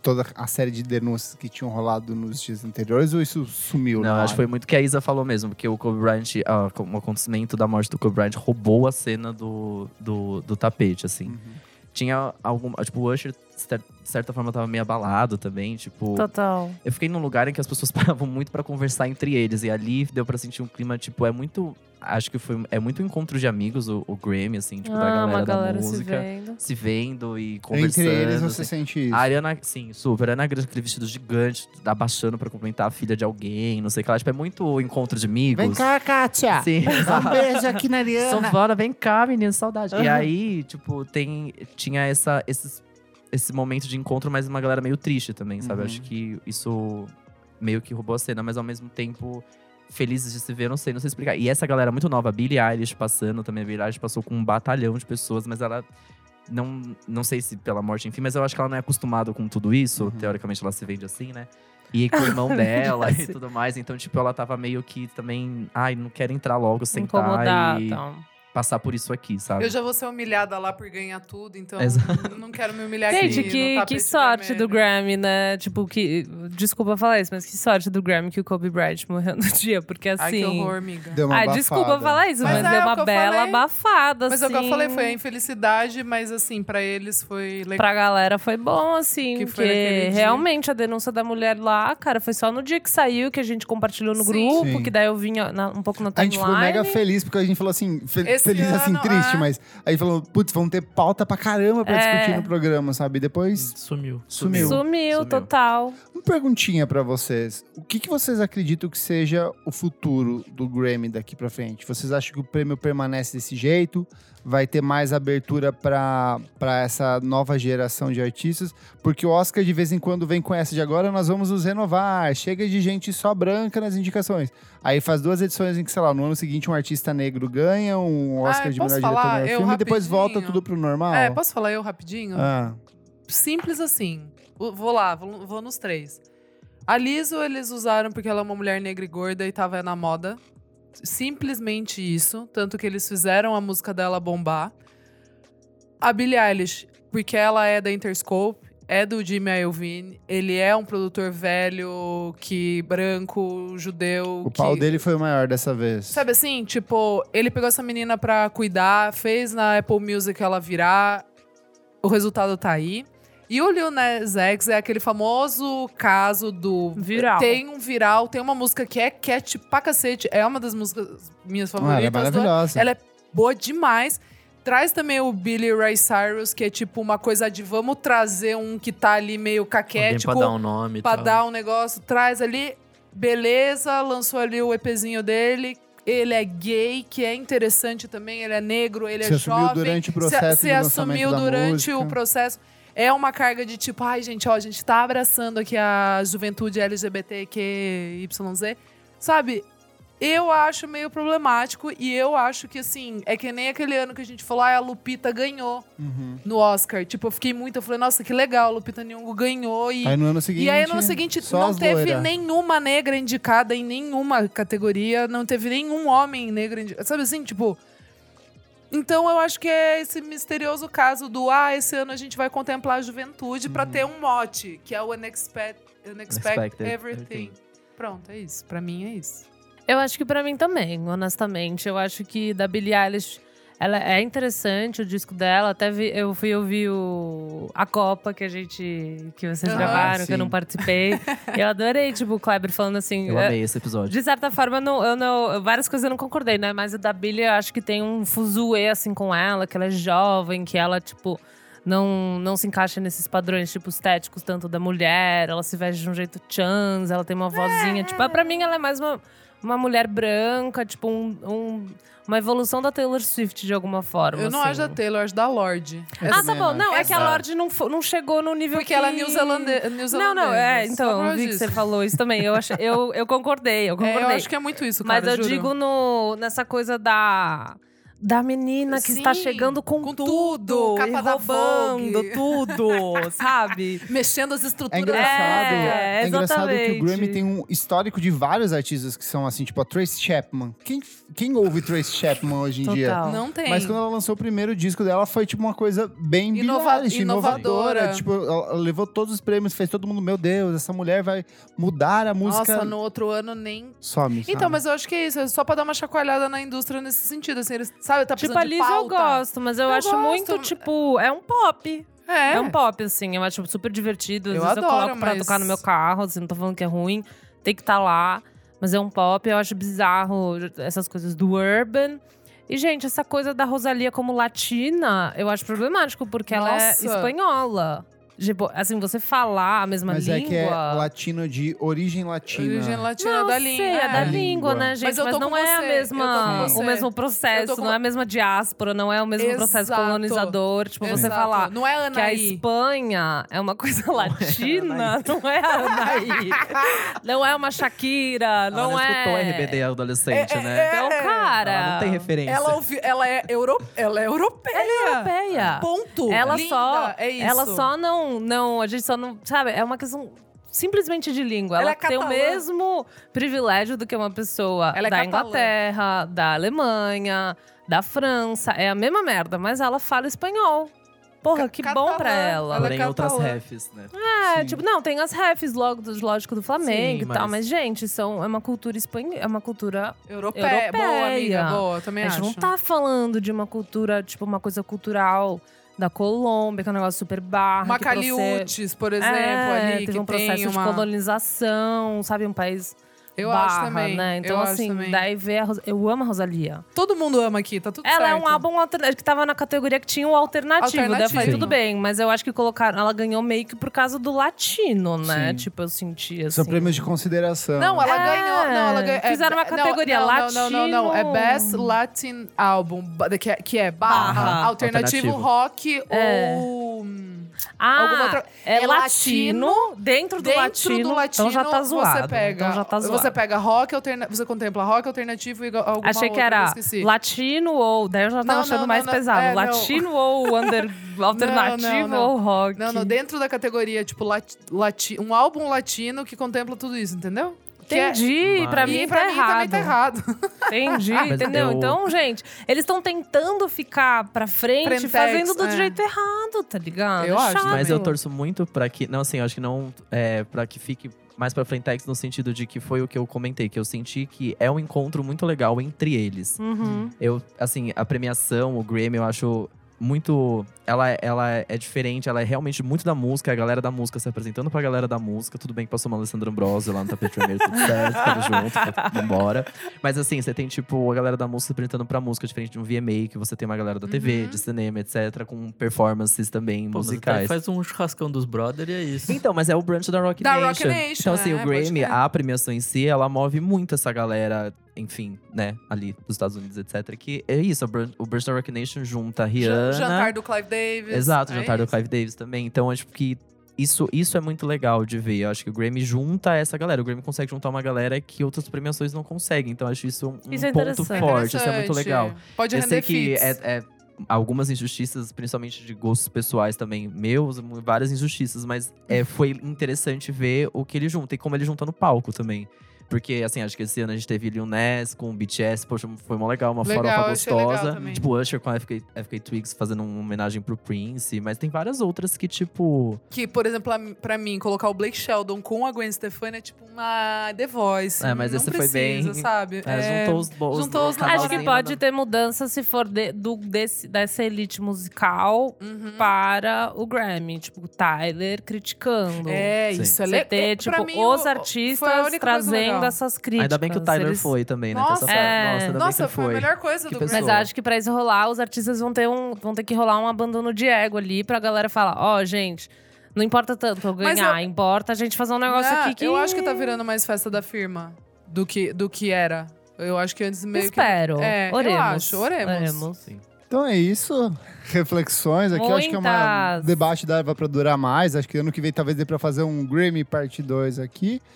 toda a série de denúncias que tinham rolado nos dias anteriores, ou isso sumiu? Não, na acho que foi muito o que a Isa falou mesmo, porque o Kobe Bryant, ah, o acontecimento da morte do Kobe Bryant roubou a cena do, do, do tapete, assim. Uhum. Tinha algum. Tipo, o Usher, de certa forma, tava meio abalado também. Tipo, Total. eu fiquei num lugar em que as pessoas paravam muito pra conversar entre eles. E ali deu pra sentir um clima, tipo, é muito. Acho que foi. É muito encontro de amigos, o, o Grammy, assim, tipo, da Ah, galera, uma da galera se música. vendo. Se vendo e conversando. Entre eles você assim. sente isso. A Ariana, sim, super. A Ariana Grande, aquele vestido gigante, abaixando pra cumprimentar a filha de alguém, não sei o que lá. Tipo, é muito encontro de amigos. Vem cá, Kátia! Sim, Dá um exato. beijo aqui na Ariana. Sofana, vem cá, menino, saudade. E aí, tipo, tem, tinha essa, esses, esse momento de encontro, mas uma galera meio triste também, sabe? Uhum. Acho que isso meio que roubou a cena, mas ao mesmo tempo, felizes de se ver, não sei, não sei explicar. E essa galera muito nova, a Billie Eilish passando também, a Billie Eilish passou com um batalhão de pessoas, mas ela… Não, não sei se pela morte, enfim, mas eu acho que ela não é acostumada com tudo isso. Uhum. Teoricamente, ela se vende assim, né? E com o irmão dela e Sim. tudo mais. Então, tipo, ela tava meio que também… Ai, não quero entrar logo, sentar Incomodar, e então. passar por isso aqui, sabe? Eu já vou ser humilhada lá por ganhar tudo, então Exato. não quero me humilhar Gente, aqui. que, no que tapete sorte vermelho. do Grammy, né? Tipo, que. Desculpa falar isso, mas que sorte do Grammy que o Kobe Bryant morreu no dia. Porque assim. Ai, que horror, amiga. Deu uma Ai, abafada. desculpa falar isso, Mas mas, é deu o que uma eu bela falei. abafada, Mas assim. é o que eu falei, foi a infelicidade, mas assim, pra eles foi legal. Pra galera foi bom, assim, Que foi porque naquele dia. realmente a denúncia da mulher lá, cara, foi só no dia que saiu, que a gente compartilhou no Sim. grupo, Sim. que daí eu vinha na- um pouco na A timeline. gente ficou mega feliz, porque a gente falou assim, fe- Esse feliz assim, ano, triste, é. mas a gente falou, putz, vamos ter pauta pra caramba pra É. discutir no programa, sabe? E depois Sumiu. sumiu. Sumiu, Sumiu. total. Uma perguntinha pra vocês. O que, que vocês acreditam que seja o futuro do Grammy daqui pra frente? Vocês acham que o prêmio permanece desse jeito? Vai ter mais abertura pra, pra essa nova geração de artistas? Porque o Oscar, de vez em quando, vem com essa de agora nós vamos nos renovar. Chega de gente só branca nas indicações. Aí faz duas edições em que, sei lá, no ano seguinte um artista negro ganha um Oscar Ah, de posso melhor diretor falar? melhor Eu filme e depois rapidinho. volta tudo pro normal. É, posso falar eu rapidinho? Ah, Simples assim. Vou vou lá, vou, vou nos três. A Lizzo eles usaram porque ela é uma mulher negra e gorda e tava na moda. Simplesmente isso. Tanto que eles fizeram a música dela bombar. A Billie Eilish, porque ela é da Interscope, é do Jimmy Iovine. Ele é um produtor velho, que branco, judeu. o que... pau dele foi o maior dessa vez. Sabe assim, tipo, ele pegou essa menina pra cuidar, fez na Apple Music ela virar. O resultado tá aí. E o Lil Nas X é aquele famoso caso do… Viral. Tem um viral, tem uma música que é cat pra cacete. É uma das músicas minhas Ah, ela é favoritas. do- maravilhosa. Ela é boa demais. Traz também o Billy Ray Cyrus, que é tipo uma coisa de vamos trazer um que tá ali meio Alguém caquético. pra dar um nome e Pra tal. dar um negócio, traz ali, beleza, lançou ali o EPzinho dele. Ele é gay, que é interessante também, ele é negro, ele Se é assumiu jovem. durante o processo se, se de lançamento assumiu da durante música. o processo. É uma carga de tipo, ai gente, ó, a gente tá abraçando aqui a juventude L G B T Q Y Z. Sabe? Eu acho meio problemático e eu acho que, assim, é que nem aquele ano que a gente falou, ah, a Lupita ganhou Uhum. no Oscar. Tipo, eu fiquei muito, eu falei, nossa, que legal, a Lupita Nyong'o ganhou e… Aí no ano seguinte. E aí, no ano seguinte, só não as teve loira. nenhuma negra indicada em nenhuma categoria, não teve nenhum homem negro indicado. Sabe assim, tipo… Então, eu acho que é esse misterioso caso do, ah, esse ano a gente vai contemplar a juventude pra ter um mote, que é o Unexpect, Unexpect Unexpected everything. Everything. Pronto, é isso. Pra mim, é isso. Eu acho que pra mim também, honestamente. Eu acho que da Billie Eilish, ela é interessante o disco dela. Até vi- eu fui ouvir o, a Copa que a gente. que vocês Ah, gravaram, que sim. eu não participei. eu adorei, tipo, o Kleber falando assim. Eu é, amei esse episódio. De certa forma, eu não, eu não- várias coisas eu não concordei, né? Mas o da Billie, eu acho que tem um fuzuê, assim, com ela, que ela é jovem, que ela, tipo, não, não se encaixa nesses padrões, tipo, estéticos, tanto da mulher. Ela se veste de um jeito chans, ela tem uma vozinha. Tipo, pra mim, ela é mais uma, uma mulher branca, tipo, um, um- uma evolução da Taylor Swift, de alguma forma. Eu não assim. acho da Taylor, eu acho da Lorde. Eu Ah, tá também bom. acho. Não, é que a Essa- Lorde não, fo- não chegou no nível Porque que… ela é neozelande- neozelandesa. Não, não, é. Só Então, por eu causa vi que disso. você falou isso também. Eu, ach, eu, eu concordei, eu É, concordei. eu acho que é muito isso, cara, Mas eu juro. digo no, nessa coisa da, da menina que Sim, está chegando com, com tudo, tudo, capa e da roubando Vogue. tudo, sabe? Mexendo as É estruturas. engraçado, É, é, engraçado que o exatamente. Grammy tem um histórico de vários artistas que são assim, tipo a Tracy Chapman. Quem, quem ouve Tracy Chapman hoje em dia? Total. Não tem. Mas quando ela lançou o primeiro disco dela, foi tipo uma coisa bem Billie Inova- Eilish, inovadora. inovadora. Tipo, ela levou todos os prêmios, fez todo mundo, meu Deus, essa mulher vai mudar a música. Nossa, no outro ano nem… Some, sabe? Então, mas eu acho que é isso. É só pra dar uma chacoalhada na indústria nesse sentido. Assim, eles, sabe, tá Tipo, precisando a de Liz eu pauta. gosto, mas eu, Eu acho gosto. muito, tipo, é um pop. É. É um pop, assim, eu acho super divertido. Às Eu vezes eu adoro, coloco pra mas- tocar no meu carro, assim, não tô falando que é ruim. Tem que estar lá, mas é um pop. Eu acho bizarro essas coisas do urban. E, gente, essa coisa da Rosalía como latina, eu acho problemático, porque ela é Nossa. espanhola. Tipo, assim, você falar a mesma Mas língua… é que é latino de origem latina. Origem latina Não, da eu língua. sei, é da é. língua, língua. né, Mas gente? eu Mas, tô não com é a você, eu tô mesma, com você. o mesmo Eu processo, tô com- não é a mesma diáspora, não é o mesmo processo Exato. colonizador. Tipo, você Exato. falar Não é que a Anaí. Espanha é uma coisa latina, não é a Anaí. Não é uma Shakira, Ela não, não é… escutou R B D adolescente, né? Então, cara… Ela não tem referência. Ela, ouvi, ela, é euro, ela é europeia. Ela é europeia. Ponto. Ela Linda, só, é isso. ela só não, não, a gente só não, sabe? É uma questão simplesmente de língua. Ela Ela, é tem o catalã. mesmo privilégio do que uma pessoa Ela é da catalã. Inglaterra, da Alemanha, da França. É a mesma merda, mas ela fala espanhol. Porra, Ca- que catalã. bom pra ela. Ela é Porém, outras catalã. refs, né? É, Sim. tipo, não, tem as refs, logo, lógico, do Flamengo Sim, e tal. mas- Mas, gente, são, é uma cultura espanhola, é uma cultura… Europeia. Europeia. Boa, amiga. Boa, também A acho. gente não tá falando de uma cultura, tipo, uma coisa cultural da Colômbia, que é um negócio super barra. que proce- Macaliutes, por exemplo, é, ali, teve que um tem processo uma… de colonização, sabe? Um país Eu barra, acho também. né? Então, eu acho assim, também. daí ver a Ros- Eu amo a Rosalía. Todo mundo ama aqui, tá tudo Ela certo. é um álbum alternativo, que tava na categoria que tinha o alternativo. Daí eu falei, Alternativo. tudo bem. Mas eu acho que colocaram… Ela ganhou meio que por causa do latino, né? Sim. Tipo, eu senti, assim… São prêmios de consideração. Não, ela É, ganhou. Não, ela ganhou. é, fizeram uma não, categoria não, não, não, não, não. É latino. Best Latin Album, ba- que é, que é barra, Barra. alternativo, Alternativo. rock É. ou… hum, Ah, alguma outra- é, é latino, dentro do Dentro latino, do latino, então já tá zoado. você pega, então já tá zoado. você pega rock, alterna, você contempla rock alternativo e alguma Achei que outra, era eu esqueci. latino ou… Daí eu já tava Não, achando não, mais não, não. pesado. É, não. latino ou under, alternativo não, não. ou rock. Não, não, dentro da categoria, tipo, lati, lati, um álbum latino que contempla tudo isso, entendeu? Que é- Entendi, Mas- pra E mim pra tá mim errado. também tá errado. Entendi, Mas entendeu? eu- Então, gente, eles estão tentando ficar pra frente, Frentex, fazendo do é. jeito errado, tá ligado? Eu É acho chato. Mas eu torço muito pra que… Não, assim, eu acho que não… É, pra que fique mais pra Frentex no sentido de que foi o que eu comentei. Que eu senti que é um encontro muito legal entre eles. Uhum. Eu, assim, a premiação, o Grammy, eu acho muito… Ela, ela é diferente, ela é realmente muito da música. A galera da música se apresentando pra galera da música. Tudo bem que passou uma Alessandra Ambrosio lá no tapete vermelho, tudo certo, tamo junto, vambora. Mas assim, você tem tipo a galera da música se apresentando pra música, diferente de um V M A, que você tem uma galera da T V, Uhum. de cinema, etcétera, com performances também Pô, mas musicais. até faz um churrascão dos brother e é isso. Então, mas é o brunch da Rock Da Nation. Rock Nation, Então, assim, é, o pode Grammy, crer. a premiação em si, ela move muito essa galera, enfim, né, ali dos Estados Unidos, etcétera. Que é isso, o brunch, o brunch da Rock Nation junta a Rihanna. Jantar do Clive Davis. Exato, é jantar do isso. Clive Davis também. Então, acho que isso, isso é muito legal de ver. Eu acho que o Grammy junta essa galera. O Grammy consegue juntar uma galera que outras premiações não conseguem. Então, acho isso um, um Isso é ponto interessante. forte. Isso é muito Interessante. legal. Pode Eu render sei que feats. é, é algumas injustiças, principalmente de gostos pessoais também, meus, várias injustiças, mas é, foi interessante ver o que ele junta e como ele junta no palco também. Porque, assim, acho que esse ano a gente teve Lil Nas com o B T S, poxa, foi mó legal, uma Legal, farofa achei legal gostosa. também. Tipo, Usher com a F K, F K Twigs fazendo uma homenagem pro Prince, mas tem várias outras que, tipo. Que, por exemplo, pra- pra mim, colocar o Blake Sheldon com a Gwen Stefani é tipo uma The Voice. É, mas não esse foi precisa, bem- sabe? É, juntou os bons. juntou os Acho que Sim, pode ter mudança se for de- do, desse, dessa elite musical Uhum. para o Grammy. Tipo, o Tyler criticando. É, Sim. isso é Você legal. ter, tipo, os foi a única artistas coisa trazendo legal. essas críticas. Ainda bem que o Tyler Eles- foi também, né? Nossa, com essa- é. Nossa, ainda Nossa, bem que foi a melhor coisa Que do pessoa. Mas Grammy. acho que pra isso rolar, os artistas vão ter, um, vão ter que rolar um abandono de ego ali pra galera falar: ó, gente, não importa tanto eu Mas ganhar, eu- importa a gente fazer um negócio Não, aqui que. Eu acho que tá virando mais festa da firma do que, do que era. Eu acho que antes meio Espero. que… É, oremos. eu acho, oremos. oremos. Sim. Então é isso. Reflexões aqui. Eu acho que é um Muitas. debate dava pra durar mais. Acho que ano que vem talvez dê pra fazer um Grammy parte dois aqui.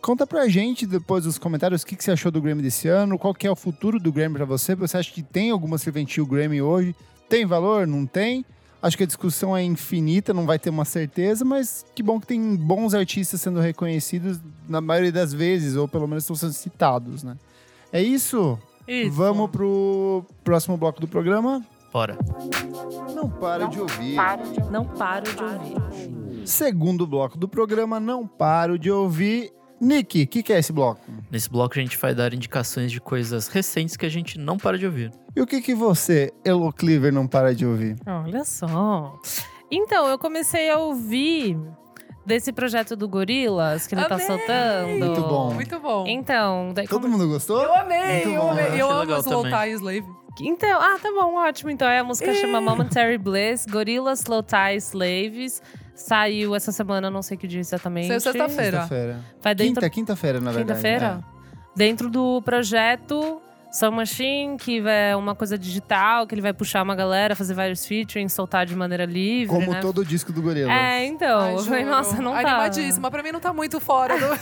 conta pra gente depois nos comentários o que, que você achou do Grammy desse ano, qual que é o futuro do Grammy pra você. Você acha que tem alguma serventia o Grammy hoje? Tem valor? Não tem? Acho que a discussão é infinita, não vai ter uma certeza, mas que bom que tem bons artistas sendo reconhecidos na maioria das vezes, ou pelo menos estão sendo citados, né? É isso? Isso. Vamos pro próximo bloco do programa? Bora. Não para de ouvir. Não paro de ouvir. Segundo bloco do programa, não paro de ouvir. Nick, o que, que é esse bloco? Nesse bloco a gente vai dar indicações de coisas recentes que a gente não para de ouvir. E o que, que você, Elo Cleaver, não para de ouvir? Olha só. Então, eu comecei a ouvir desse projeto do Gorillaz que ele tá Amei! soltando. Muito bom. Muito bom. Então, daí Todo come- mundo gostou? Eu amei, Muito eu bom. amei. Eu Eu achei amo legal Slow também. Tie Slave. Então, ah, tá bom, ótimo. Então, a música chama Momentary Bliss, Gorillaz Slow Tie Slaves. Saiu essa semana, não sei que dia exatamente. Saiu sexta-feira. Quinta-feira. Vai dentro Quinta, quinta-feira, na verdade. Quinta-feira? Dentro do projeto Soul Machine, que é uma coisa digital, que ele vai puxar uma galera, fazer vários featuring, soltar de maneira livre, Como né? todo disco do Gorillaz. É, então. Ai, eu falei, juro. nossa, não tá. Animadíssima. Pra mim não tá muito fora do...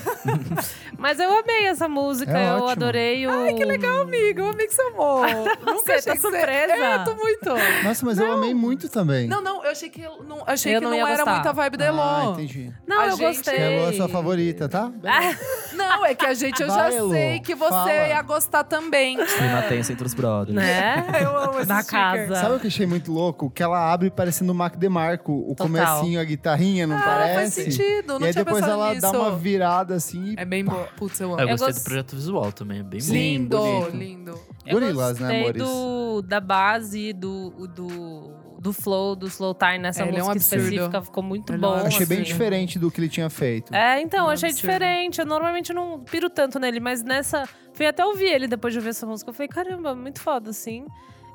Mas eu amei essa música, É eu ótimo. adorei o... Ai, que legal, amiga. Eu amei que você amou. Nunca Você achei tá que você... surpresa? É, eu tô muito. Nossa, mas eu amei muito também. Não, não, eu achei que eu não, achei Eu que não não, ia era gostar. muito a vibe da Elo. Ah, entendi. Não, A eu gente- gostei. Que a Elo é a sua favorita, tá? Não, é que a gente, eu Vai, já Elo, sei que você fala. ia gostar também. Clima tenso entre os brothers. Né? Eu amo esse Da sticker. casa. Sabe o que eu achei muito louco? Que ela abre parecendo o Mac DeMarco. O Total. comecinho, a guitarrinha, não Ah, parece? faz sentido. Não e aí tinha depois pensado ela nisso. dá uma virada assim. É bem boa. Putz, eu amo. Eu, gostei gost- do projeto visual também, é bem Sim, lindo, bonito. lindo. Eu Gorillaz, né, gostei amores? do, da base, do, do, do flow, do slow time nessa É, ele é um música absurdo. específica. Ficou muito Ele é um bom. absurdo. Achei bem assim. diferente do que ele tinha feito. É, então, É um achei absurdo. diferente. Eu normalmente não piro tanto nele, mas nessa. Fui até ouvir ele depois de ouvir essa música. Eu falei, caramba, muito foda, assim.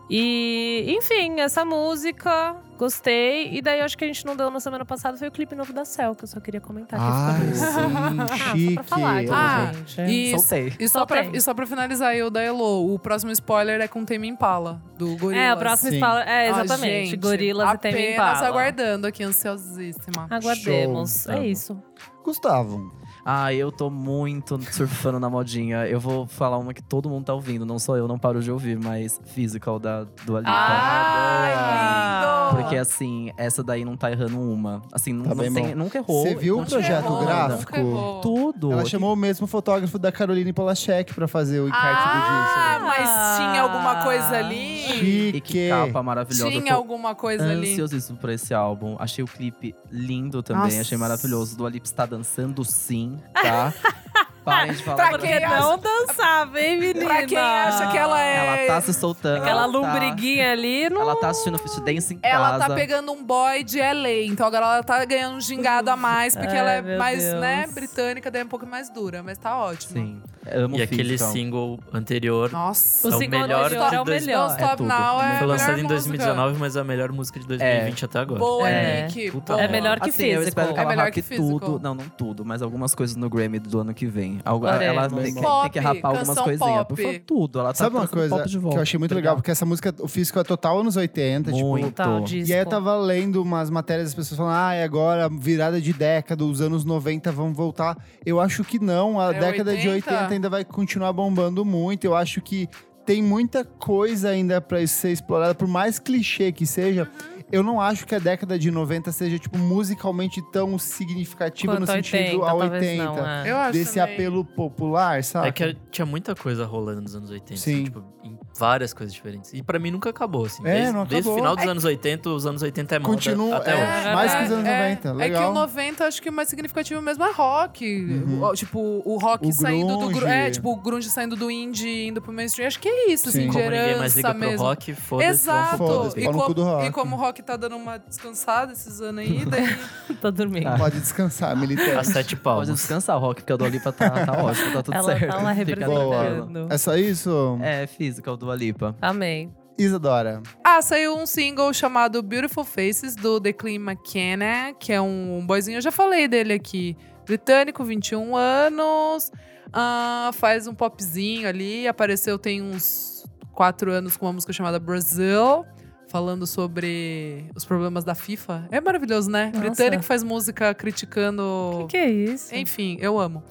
E, enfim, essa música, gostei. E daí, eu acho que a gente não deu na semana passada foi o clipe novo da Cell, que eu só queria comentar. Ai, que ficou lindo. sim, Ah, chique. só pra falar aqui, Ah, gente. E, Soltei. e, só pra, Soltei. e só pra finalizar eu da Elo, o próximo spoiler é com Tame Impala, do Gorillaz. É, o próximo Sim. fala. É, Ah, exatamente. gente, Gorillaz e Tame apenas Impala. aguardando aqui, ansiosíssima. Aguardemos. Show. É isso. Gustavo. Ah, eu tô muito surfando na modinha. Eu vou falar uma que todo mundo tá ouvindo, não só eu, não paro de ouvir, mas Physical da Dua Lipa. Ai, lindo! Porque assim, essa daí não tá errando uma. Assim, não, Tá não bem tem- bom. nunca errou. Você viu o continua projeto errando. gráfico? Nunca errou. Tudo. Ela chamou o mesmo fotógrafo da Caroline Polachek pra fazer o encarte Ah, do mas tinha alguma coisa ali? disco. E Chique. que capa maravilhosa. Tinha Eu tô alguma coisa ali? ansiosíssimo por esse álbum. Achei o clipe lindo também, Nossa. achei maravilhoso. Dua Lipa está dançando sim, tá? Parem de falar Pra pra quem mim. acha- Não dançava, hein, menina? Pra quem acha que ela é... Ela tá se soltando. Aquela ela tá- lombriguinha ali, não. Ela tá assistindo Fit Dance em Ela casa. tá pegando um boy de L A, então agora ela tá ganhando um gingado a mais, porque Ai, ela é meu mais, Deus. né, britânica, daí é um pouco mais dura, mas tá ótimo. Sim. Amo E aquele Physical. single anterior Nossa. O é o single melhor anterior de é o dois- melhor. Don't Stop É tudo. Now é a foi lançado melhor em dois mil e música. dezenove, mas é a melhor música de dois mil e vinte até agora. Boa, É. Nick. Puta boa. É melhor que assim, eu espero Physical. que É ela melhor rape que Physical. tudo. Não, não tudo, mas algumas coisas no Grammy do ano que vem. Algu- ela Oremos. tem, que- Pop, tem que rapar algumas canção coisinhas. pop. Por favor, tudo. Ela tá Sabe uma trazendo coisa pop de que volta. eu achei muito legal? Porque essa música, o físico é total anos oitenta. Muito. Tipo, Total, e disco. aí eu tava lendo umas matérias das pessoas falando, ah, e agora virada de década, os anos noventa vão voltar. Eu acho que não, a É década de oitenta? oitenta ainda vai continuar bombando muito. Eu acho que tem muita coisa ainda pra ser explorada, por mais clichê que seja. Uhum. Eu não acho que a década de noventa seja, tipo, musicalmente tão significativa Quanto no sentido oitenta, a talvez oitenta. não, é. Eu acho Desse também. apelo popular, sabe? É que tinha muita coisa rolando nos anos oitenta. Sim. assim, tipo, em várias coisas diferentes. E pra mim nunca acabou, assim. É, desde, não desde o acabou. final dos anos oitenta, os anos oitenta é moda Continua, até é, hoje. mais que os anos é, noventa. É Legal. que o noventa, acho que o mais significativo mesmo é rock. O- Tipo, o rock O saindo do... grunge. gru- É, tipo, o grunge saindo do indie, indo pro mainstream. Acho que é isso, Sim. assim, de Como ninguém mais liga herança pro mesmo. rock, foda-se. vamos pro Exato. pop. Foda-se, E, pau no cu do como, rock. e como o rock tá dando uma descansada esses anos aí, daí... Tá dormindo. Pode descansar, A militante. sete Pode palmas. descansar, Rock, porque a Dua Lipa tá, tá ótimo, tá tudo Ela certo. tá lá Fica representando. tranquila. É só isso? É, Physical, Dua Lipa. Amei. Isadora. Ah, saiu um single chamado Beautiful Faces, do Declan McKenna, que é um boyzinho, eu já falei dele aqui. Britânico, vinte e um anos, ah, faz um popzinho ali, apareceu tem uns quatro anos com uma música chamada Brazil, falando sobre os problemas da FIFA. É maravilhoso, né? Nossa. Britânico faz música criticando... O que, que é isso? Enfim, eu amo.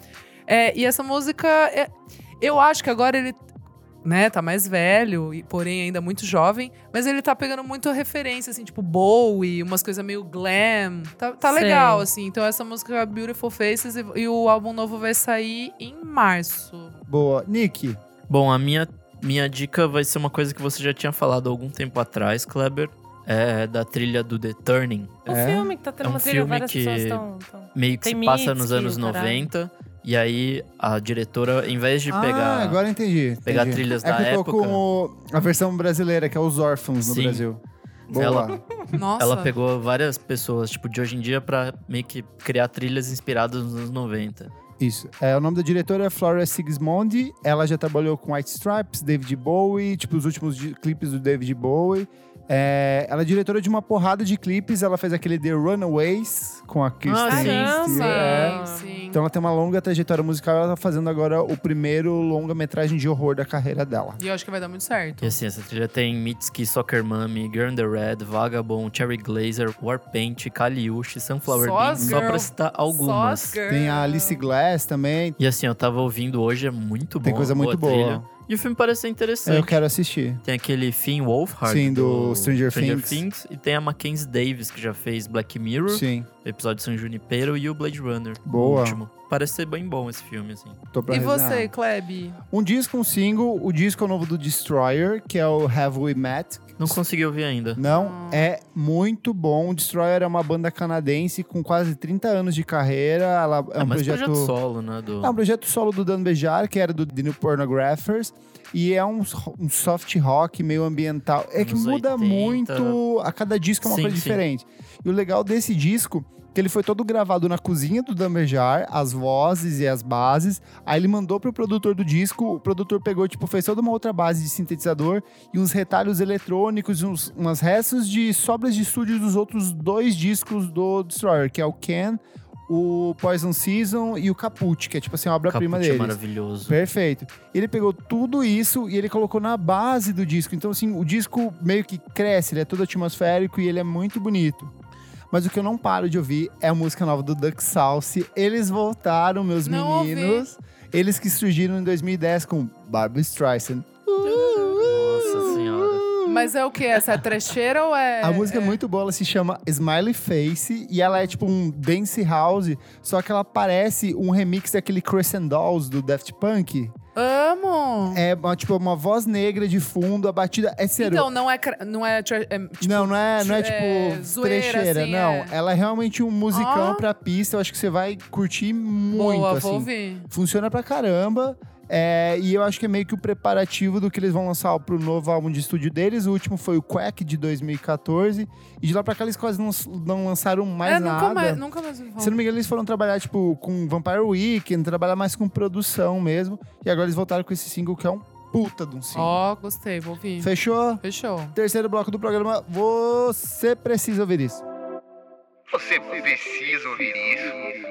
É, e essa música, é, eu acho que agora ele, né, tá mais velho, e, porém ainda muito jovem, mas ele tá pegando muito referência, assim, tipo Bowie, umas coisas meio glam. Tá, tá Sei. legal, assim. Então essa música é Beautiful Faces e, e o álbum novo vai sair em março. Boa. Nick, Bom, a minha, minha dica vai ser uma coisa que você já tinha falado há algum tempo atrás, Kleber. É da trilha do The Turning. O É? filme que tá tendo É um uma trilha, filme várias que- pessoas estão... Meio que Tem se passa Mitski, nos anos caralho. noventa. E aí, a diretora, em vez de ah, pegar... agora eu entendi. pegar entendi. trilhas é da que eu tô época. com o- a versão brasileira, que é Os Órfãos no Sim. Brasil. Boa. Ela- Nossa. Ela pegou várias pessoas, tipo, de hoje em dia pra meio que criar trilhas inspiradas nos anos noventa. Isso. É, o nome da diretora é Flora Sigismondi. Ela já trabalhou com White Stripes, David Bowie, tipo, os últimos di- clipes do David Bowie. É, ela é diretora de uma porrada de clipes. Ela fez aquele The Runaways com a Kirsten Ah, sim. Stewart. Sim, É. sim. Então ela tem uma longa trajetória musical. Ela tá fazendo agora o primeiro longa-metragem de horror da carreira dela. E eu acho que vai dar muito certo. E assim, essa trilha tem Mitski, Soccer Mommy, Girl in the Red, Vagabond, Cherry Glazer, Warpaint, Kaliushi, Sunflower Só Bean, as só pra girls. citar Só algumas. as girls. Tem a Alice Glass também. E assim, eu tava ouvindo hoje, é muito bom. Tem coisa muito boa. Trilha. E o filme parece ser interessante. Eu quero assistir. Tem aquele Finn Wolfhard Sim, do Stranger Things. E tem a Mackenzie Davis, que já fez Black Mirror, Sim. episódio de San Junipero e o Blade Runner. Boa. O último. Parece ser bem bom esse filme, assim. Tô pra E resenhar. você, Kleb? Um disco, um single. O disco novo do Destroyer, que é o Have We Met. Não consegui ouvir ainda. Não, é muito bom. O Destroyer é uma banda canadense com quase trinta anos de carreira. Ela é É, um mas projeto... projeto solo, né? Do... É um projeto solo do Dan Bejar, que era do The New Pornographers. E é um, um soft rock meio ambiental. É que Anos muda oitenta. muito. A cada disco é uma Sim, coisa sim. diferente. E o legal desse disco, que ele foi todo gravado na cozinha do Dan Bejar, as vozes e as bases. Aí ele mandou pro produtor do disco. O produtor pegou, tipo, fez toda uma outra base de sintetizador e uns retalhos eletrônicos, uns, umas restos de sobras de estúdio dos outros dois discos do Destroyer, que é o Can, o Poison Season e o Caput, que é tipo assim, a obra-prima Caput é deles. maravilhoso. Perfeito. Ele pegou tudo isso e ele colocou na base do disco. Então, assim, o disco meio que cresce, ele é todo atmosférico e ele é muito bonito. Mas o que eu não paro de ouvir é a música nova do Duck Sauce. Eles voltaram, meus Não meninos. Eles que surgiram em dois mil e dez com Barbra Streisand. Nossa senhora. Mas é o quê? Essa é trecheira ou é... A música é muito boa, ela se chama Smiley Face e ela é tipo um dance house, só que ela parece um remix daquele Crescent Dolls do Daft Punk. Amo! É uma, tipo uma voz negra de fundo, a batida é sério. Então, não é... cra- Não é, tre- é, tipo, não, não é, não é tipo é, zoeira, trecheira, assim, não. é. Ela é realmente um musicão Ó. pra pista, eu acho que você vai curtir muito, Boa, assim. vou ouvir. Funciona pra caramba. É, e eu acho que é meio que o preparativo do que eles vão lançar pro novo álbum de estúdio deles. O último foi o Quack, de dois mil e catorze. E de lá pra cá eles quase não, não lançaram mais é, nada. nunca mais, nunca mais ouvi falar. Se não me engano, eles foram trabalhar, tipo, com Vampire Weekend, trabalhar mais com produção mesmo. E agora eles voltaram com esse single que é um puta de um single. Ó, gostei, vou ouvir. Fechou? Fechou. Terceiro bloco do programa, você precisa ouvir isso. Você precisa ouvir isso.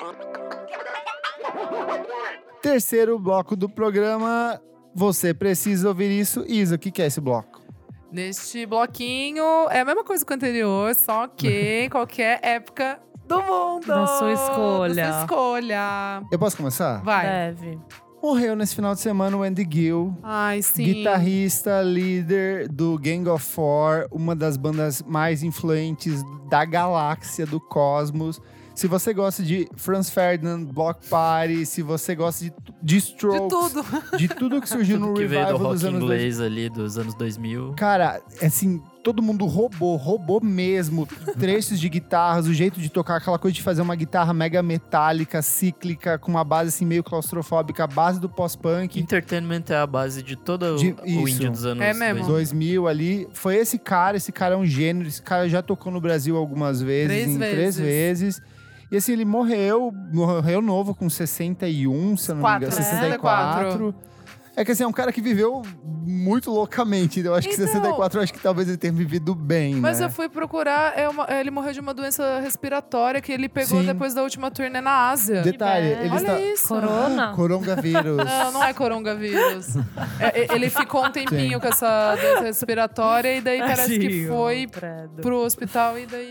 Terceiro bloco do programa, você precisa ouvir isso. Isa, o que que é esse bloco? Neste bloquinho, é a mesma coisa que o anterior, só que em qualquer época do mundo. Da sua escolha. Da sua escolha. Eu posso começar? Vai. Deve. Morreu nesse final de semana o Andy Gill, Ai, sim. guitarrista, líder do Gang of Four, uma das bandas mais influentes da galáxia, do cosmos. Se você gosta de Franz Ferdinand, Block Party, se você gosta de, de Strokes, De tudo. de tudo que surgiu no Tudo que veio revival do rock dos anos dois mil. inglês ali, dos anos dois mil. Cara, assim, todo mundo roubou, roubou mesmo. Trechos de guitarras, o jeito de tocar, aquela coisa de fazer uma guitarra mega metálica, cíclica, com uma base assim meio claustrofóbica, a base do pós-punk. Entertainment é a base de todo De- o isso. indie dos anos É mesmo. dois mil. dois mil ali. Foi esse cara, esse cara é um gênero, esse cara já tocou no Brasil algumas vezes, Três em vezes. três vezes. E assim, ele morreu, morreu novo com sessenta e um, se eu não Quatro, me engano, né? sessenta e quatro. É que assim, é um cara que viveu muito loucamente. Eu acho que Então- sessenta e quatro, eu acho que talvez ele tenha vivido bem, Mas né? eu fui procurar, é uma- ele morreu de uma doença respiratória que ele pegou Sim. depois da última turnê na Ásia. Detalhe, bad. ele Olha está... isso. Corona? Coronavírus. Não, não é coronavírus. É, é, ele ficou um tempinho Sim. com essa doença respiratória e daí parece que Sim, foi credo. pro hospital e daí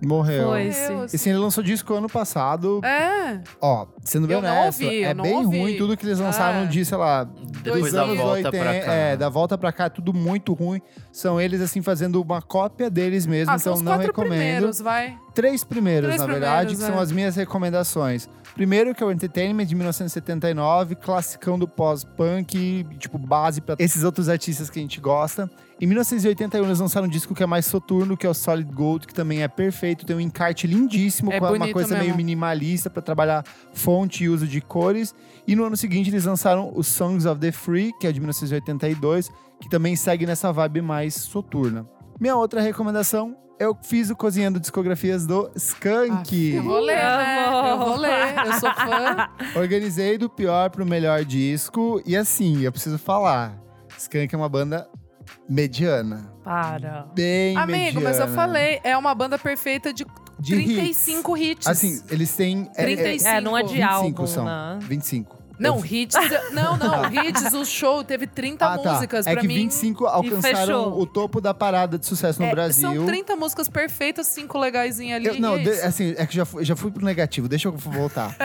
Morreu. Foi. Deus. E assim, ele lançou disco ano passado. É. Ó, sendo bem Eu não honesto, ouvi, eu é não bem ouvi. ruim tudo que eles lançaram É. de, sei lá, Depois dos da anos volta oitenta, pra cá. é, da volta pra cá, é tudo muito ruim. São eles, assim, fazendo uma cópia deles mesmo, Ah, então são os não quatro recomendo. primeiros, vai. Três primeiros, Três na primeiros, verdade, que é. são as minhas recomendações. Primeiro, que é o Entertainment, de mil novecentos e setenta e nove, classicão do pós-punk, tipo, base pra esses outros artistas que a gente gosta. Em mil novecentos e oitenta e um, eles lançaram um disco que é mais soturno, que é o Solid Gold, que também é perfeito. Tem um encarte lindíssimo, É com uma bonito coisa meio mesmo. minimalista pra trabalhar fonte e uso de cores. E no ano seguinte, eles lançaram o Songs of the Free, que é de mil novecentos e oitenta e dois, que também segue nessa vibe mais soturna. Minha outra recomendação, eu fiz o Cozinhando Discografias do Skank. Eu vou ler, né? Amo. Eu vou ler. Eu sou fã. Organizei do pior pro melhor disco. E assim, eu preciso falar. Skank é uma banda mediana. Para. Bem Amigo, mediana. mas eu falei, é uma banda perfeita de, De trinta e hits. cinco hits. Assim, eles têm... é- trinta e é, cinco. É, não é de vinte e cinco álbum, são. né? vinte e cinco. Não, Eu- hits. Não, não. Hits, o show teve trinta Ah, tá. músicas. É pra que mim, vinte e cinco alcançaram fechou. o topo da parada de sucesso no é, Brasil. São trinta músicas perfeitas, cinco legaisinhas ali. Eu- não, e é de- isso. assim, é que já fui, já fui pro negativo, deixa eu voltar.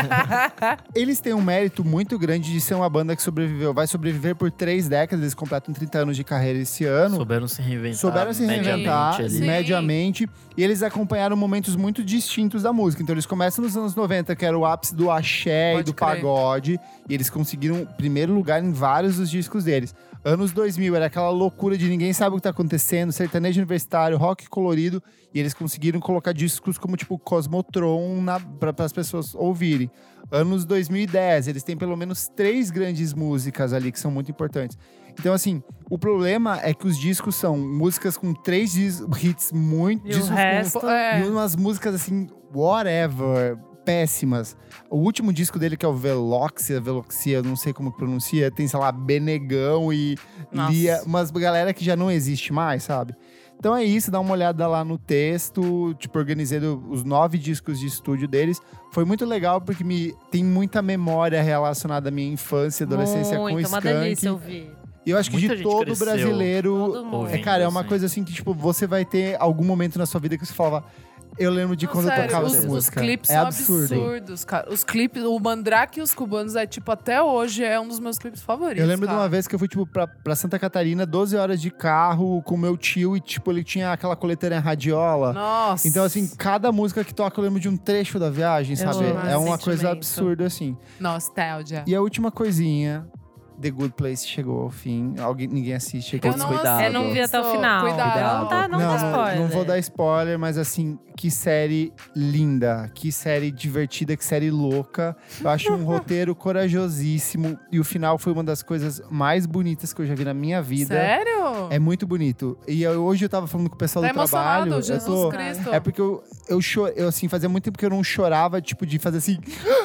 Eles têm um mérito muito grande de ser uma banda que sobreviveu. Vai sobreviver por três décadas, eles completam trinta anos de carreira esse ano. Souberam se reinventar. Souberam se reinventar mediamente ali. Sim. mediamente. E eles acompanharam momentos muito distintos da música. Então eles começam nos anos noventa, que era o ápice do axé Pode e do crer. pagode. E eles conseguiram primeiro lugar em vários dos discos deles. Anos dois mil, era aquela loucura de ninguém sabe o que tá acontecendo, sertanejo universitário, rock colorido. E eles conseguiram colocar discos como, tipo, Cosmotron para as pessoas ouvirem. Anos dois mil e dez, eles têm pelo menos três grandes músicas ali que são muito importantes. Então, assim, o problema é que os discos são músicas com três dis- hits muito... E o discos com- resto? É. E umas músicas, assim, whatever, péssimas. O último disco dele, que é o Veloxia, Veloxia, não sei como que pronuncia, tem, sei lá, Benegão e Nossa. Lia, umas galera que já não existe mais, sabe? Então é isso, dá uma olhada lá no texto, tipo, organizei os nove discos de estúdio deles. Foi muito legal porque me, tem muita memória relacionada à minha infância, adolescência com o Muito, uma Skank. delícia ouvir. E eu acho que Muita de gente todo cresceu brasileiro, Todo mundo. é, ouvindo, cara, é uma assim. coisa assim que, tipo, você vai ter algum momento na sua vida que você falava, eu lembro de Não, quando sério, eu tocava os, essa os música. clipes é são absurdo. absurdos, cara. Os clipes, o Mandrake e os Cubanos é, tipo, até hoje é um dos meus clipes favoritos. Eu lembro de cara. uma vez que eu fui, tipo, pra, pra Santa Catarina, doze horas de carro com meu tio e, tipo, ele tinha aquela coleteira em radiola. Nossa. Então, assim, cada música que toca eu lembro de um trecho da viagem, sabe? amo É uma esse coisa sentimento. absurda, assim. Nostalgia. E a última coisinha, The Good Place chegou ao fim. Alguém, ninguém assiste aqui. Eu não cuidado. Eu não vi até o assisto. final. Cuidado. Não tá, não, não, dá spoiler. não vou dar spoiler, mas assim, que série linda, que série divertida, que série louca. Eu acho um roteiro corajosíssimo e o final foi uma das coisas mais bonitas que eu já vi na minha vida. Sério? É muito bonito. E eu- hoje eu tava falando com o pessoal Tá do trabalho. emocionado, eu Jesus tô- Cristo. É porque eu, eu, cho- eu, assim, fazia muito tempo que eu não chorava, tipo, de fazer assim.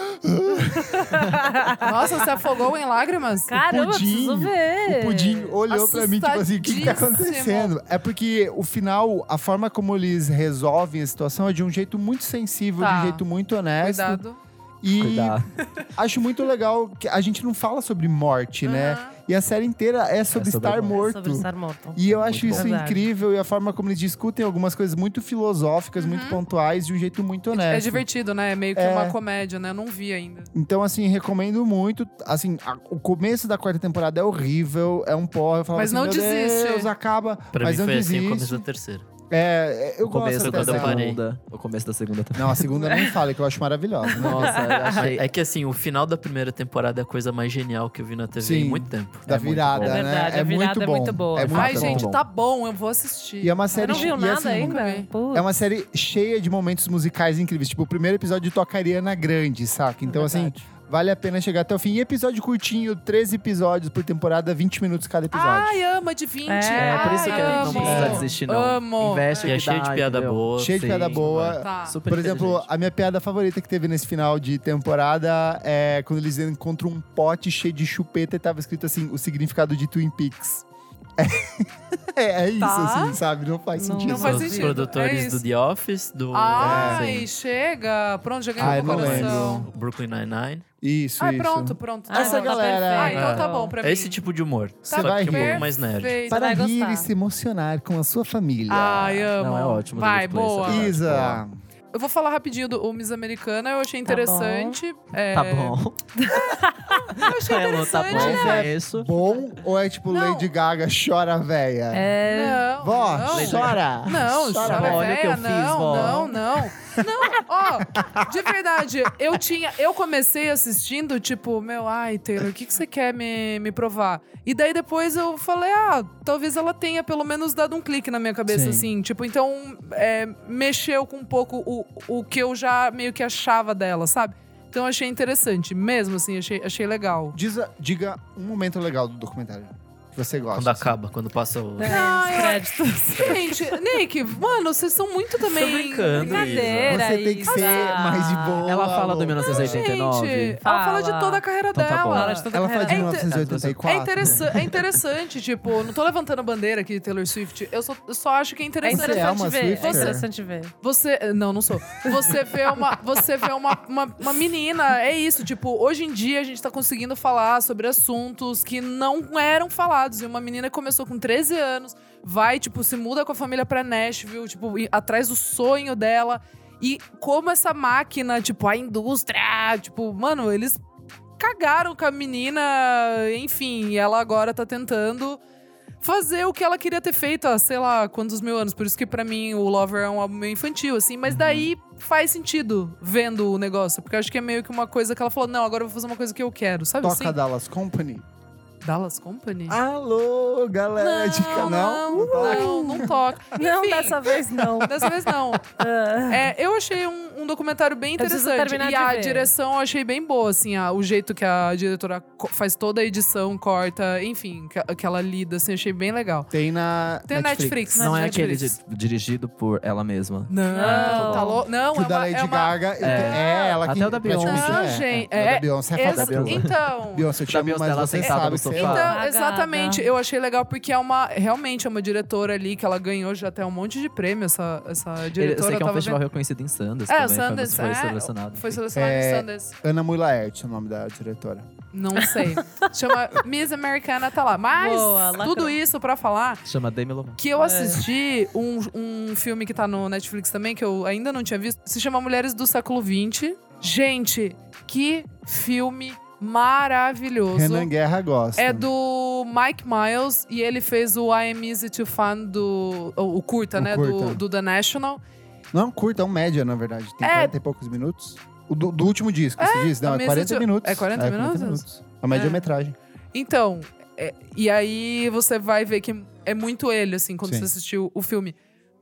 Nossa, você afogou em lágrimas? Caramba, Pudim, preciso ver. O Pudim olhou pra mim, tipo assim, o que, que tá Assustadíssimo. acontecendo? É porque o final, a forma como eles resolvem a situação é de um jeito muito sensível, Tá. de um jeito muito honesto. Cuidado. E Cuidado. acho muito legal que a gente não fala sobre morte, né? Aham. E a série inteira é sobre, sobre estar a morte. morto. Sobre estar morto. E eu acho Muito isso bom. Verdade. incrível e a forma como eles discutem algumas coisas muito filosóficas, muito pontuais, de um jeito muito honesto. É divertido, né? É meio que É. uma comédia, né? Eu não vi ainda. Então, assim, recomendo muito. Assim, a- o começo da quarta temporada é horrível, é um porra. Eu falava Mas assim, não meu desiste. Deus, acaba. Pra mas mim não foi assim desiste. o começo da terceira. É, eu O começo gosto da até quando eu dela. parei. segunda. O começo da segunda também. Não, a segunda não me fala, que eu acho maravilhosa. Nossa, eu achei. É que assim, o final da primeira temporada é a coisa mais genial que eu vi na T V Sim. em muito tempo. Da É muito virada, bom. né? É verdade, a virada muito é bom. muito boa. É muito Ai, bom. gente, bom. tá bom, eu vou assistir. E é uma Você série não viu e, nada assim, ainda? vi. Putz. É uma série cheia de momentos musicais incríveis. Tipo, o primeiro episódio toca Ariana Grande, saca? Então, assim, Verdade. vale a pena chegar até o fim. E episódio curtinho, treze episódios por temporada, vinte minutos cada episódio. Ai, ama de vinte. É, É, por isso que Ai, não amo. precisa desistir, não. Amo. Investe E é que cheio dá, de piada entendeu? boa. Cheio de Sim, piada boa. Tá. Super Por exemplo, inteligente. a minha piada favorita que teve nesse final de temporada é quando eles encontram um pote cheio de chupeta e tava escrito assim, o significado de Twin Peaks. É, é isso, Tá. assim, sabe? Não faz Não- sentido. Não faz Os sentido, produtores é isso. do The Office, do Ai, É. chega. Pronto, já Ai, ganhou meu não coração. lembro. Brooklyn Nine-Nine. Isso, Ai, isso. pronto, pronto. Ah, Essa não, tá galera- Ah, perfeito. então tá bom pra mim. É esse tipo de humor. Você só vai que um rir. pouco mais nerd. Perfeito. Para Você vai rir gostar. e se emocionar com a sua família. Ai, amo. Não, é ótimo, Vai, The Good Place, boa. é verdade. Isa, eu vou falar rapidinho do o Miss Americana, eu achei Tá interessante. É, Tá bom. Eu achei Hello, tá interessante, bom, né? é isso. Bom ou é tipo Não. Lady Gaga, chora véia? É. Não, Vó, não. chora! Não, Chora, chora, olha o que eu véia, fiz, não, vó. não, não. Não, ó, de verdade, eu tinha. Eu comecei assistindo, tipo, meu, ai, Taylor, o que, que você quer me, me provar? E daí depois eu falei, ah, talvez ela tenha pelo menos dado um clique na minha cabeça, Sim. assim. Tipo, então, é, mexeu com um pouco o, o que eu já meio que achava dela, sabe? Então, eu achei interessante, mesmo assim, achei, achei legal. Diz a- diga um momento legal do documentário que você gosta. Quando assim. acaba, quando passa o. É, Ah, os eu- créditos. Gente, Nick, mano, vocês são muito também. brincando. Brincadeira, Você tem que Isa. ser mais de boa. Ela fala do louca. mil novecentos e oitenta e nove? Gente, ela fala de Fala. toda a carreira Então tá bom. dela. Fala de toda a Ela fala de carreira É mil novecentos e oitenta e quatro. É, interessan- é interessante, tipo, não tô levantando a bandeira aqui de Taylor Swift. Eu só, eu só acho que é É interessante. Você é uma interessante ver. É Swifter? interessante ver. Você. Não, não sou. Você vê uma, você vê uma, uma, uma menina. É isso, tipo, hoje em dia a gente tá conseguindo falar sobre assuntos que não eram falados. E uma menina que começou com treze anos, vai, tipo, se muda com a família pra Nashville, tipo, ir atrás do sonho dela. E como essa máquina, tipo, a indústria, tipo, mano, eles cagaram com a menina, enfim, e ela agora tá tentando fazer o que ela queria ter feito há, sei lá, quantos mil anos. Por isso que pra mim o Lover é um álbum meio infantil, assim. Mas daí faz sentido vendo o negócio. Porque eu acho que é meio que uma coisa que ela falou, não, agora eu vou fazer uma coisa que eu quero, sabe Toca assim? Dallas Company. Dallas Company? Alô, galera de canal. não, Não toca? não, não toca. Não, Enfim, dessa vez não. Dessa vez não. É, eu achei um, um documentário bem Eu preciso interessante. terminar E de a ver. direção eu achei bem boa, assim, a- o jeito que a diretora co- faz toda a edição, corta, enfim, que, que ela lida, assim, achei bem legal. Tem na Tem Netflix. Netflix. Não é aquele Netflix. di- dirigido por ela mesma. Não, Não. tá louco. Não, Que o é da uma, Lady é uma... Gaga. É, ela que Até o da Beyoncé. praticamente Não, é. gente, É, o é- da Beyoncé é Ex- fantástica. Então... Beyoncé, eu te Da amo, Beyoncé, mas ela você sentada sabe no que você sofá. Então, Cagada. exatamente, eu achei legal porque é uma, realmente é uma diretora ali que ela ganhou já até um monte de prêmio, essa, essa Ele, eu diretora. sei que é um tava festival vendo. reconhecido em Sundance É, também. o Sundance, foi, foi é, selecionado. Foi enfim. selecionado É, em Sundance. Ana Mui Laerte, é o nome da diretora. Não sei. Chama Miss Americana, tá lá. Mas Boa, lacrou. tudo isso pra falar Chama Demi Lovato. que eu assisti um, um filme que tá no Netflix também, que eu ainda não tinha visto. Se chama Mulheres do Século vinte. Gente, que filme maravilhoso. Renan Guerra gosta. É do Mike Miles e ele fez o I Am Easy to Find do. O, o curta, O né? curta. Do, do The National. Não é um curto, é um média, na verdade. Tem É. quarenta e poucos minutos. O do, do último disco, você diz? Não, a é mesa quarenta de- minutos. é quarenta minutos? A média-metragem. Então, é, e aí você vai ver que é muito ele, assim, quando Sim. você assistiu o filme.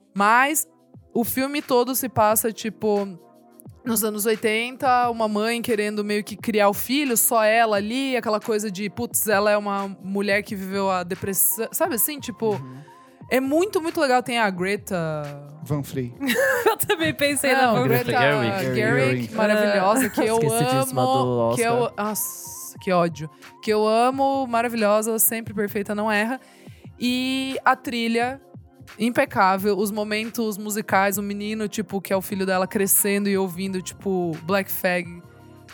Mas o filme todo se passa, tipo, nos anos oitenta, uma mãe querendo meio que criar o filho, só ela ali, aquela coisa de, putz, ela é uma mulher que viveu a depressão. Sabe assim, tipo. É muito, muito legal. Tem a Greta. Van Free. Eu também pensei Não, na Greta Greta Gerwig. Gerwig, Gerwig. maravilhosa, que eu Esquecidíssima do amo. Que eu, Oscar. nossa, que ódio. Que eu amo, maravilhosa, sempre perfeita, não erra. E a trilha, impecável. Os momentos musicais, o menino, tipo, que é o filho dela crescendo e ouvindo, tipo, Black Flag,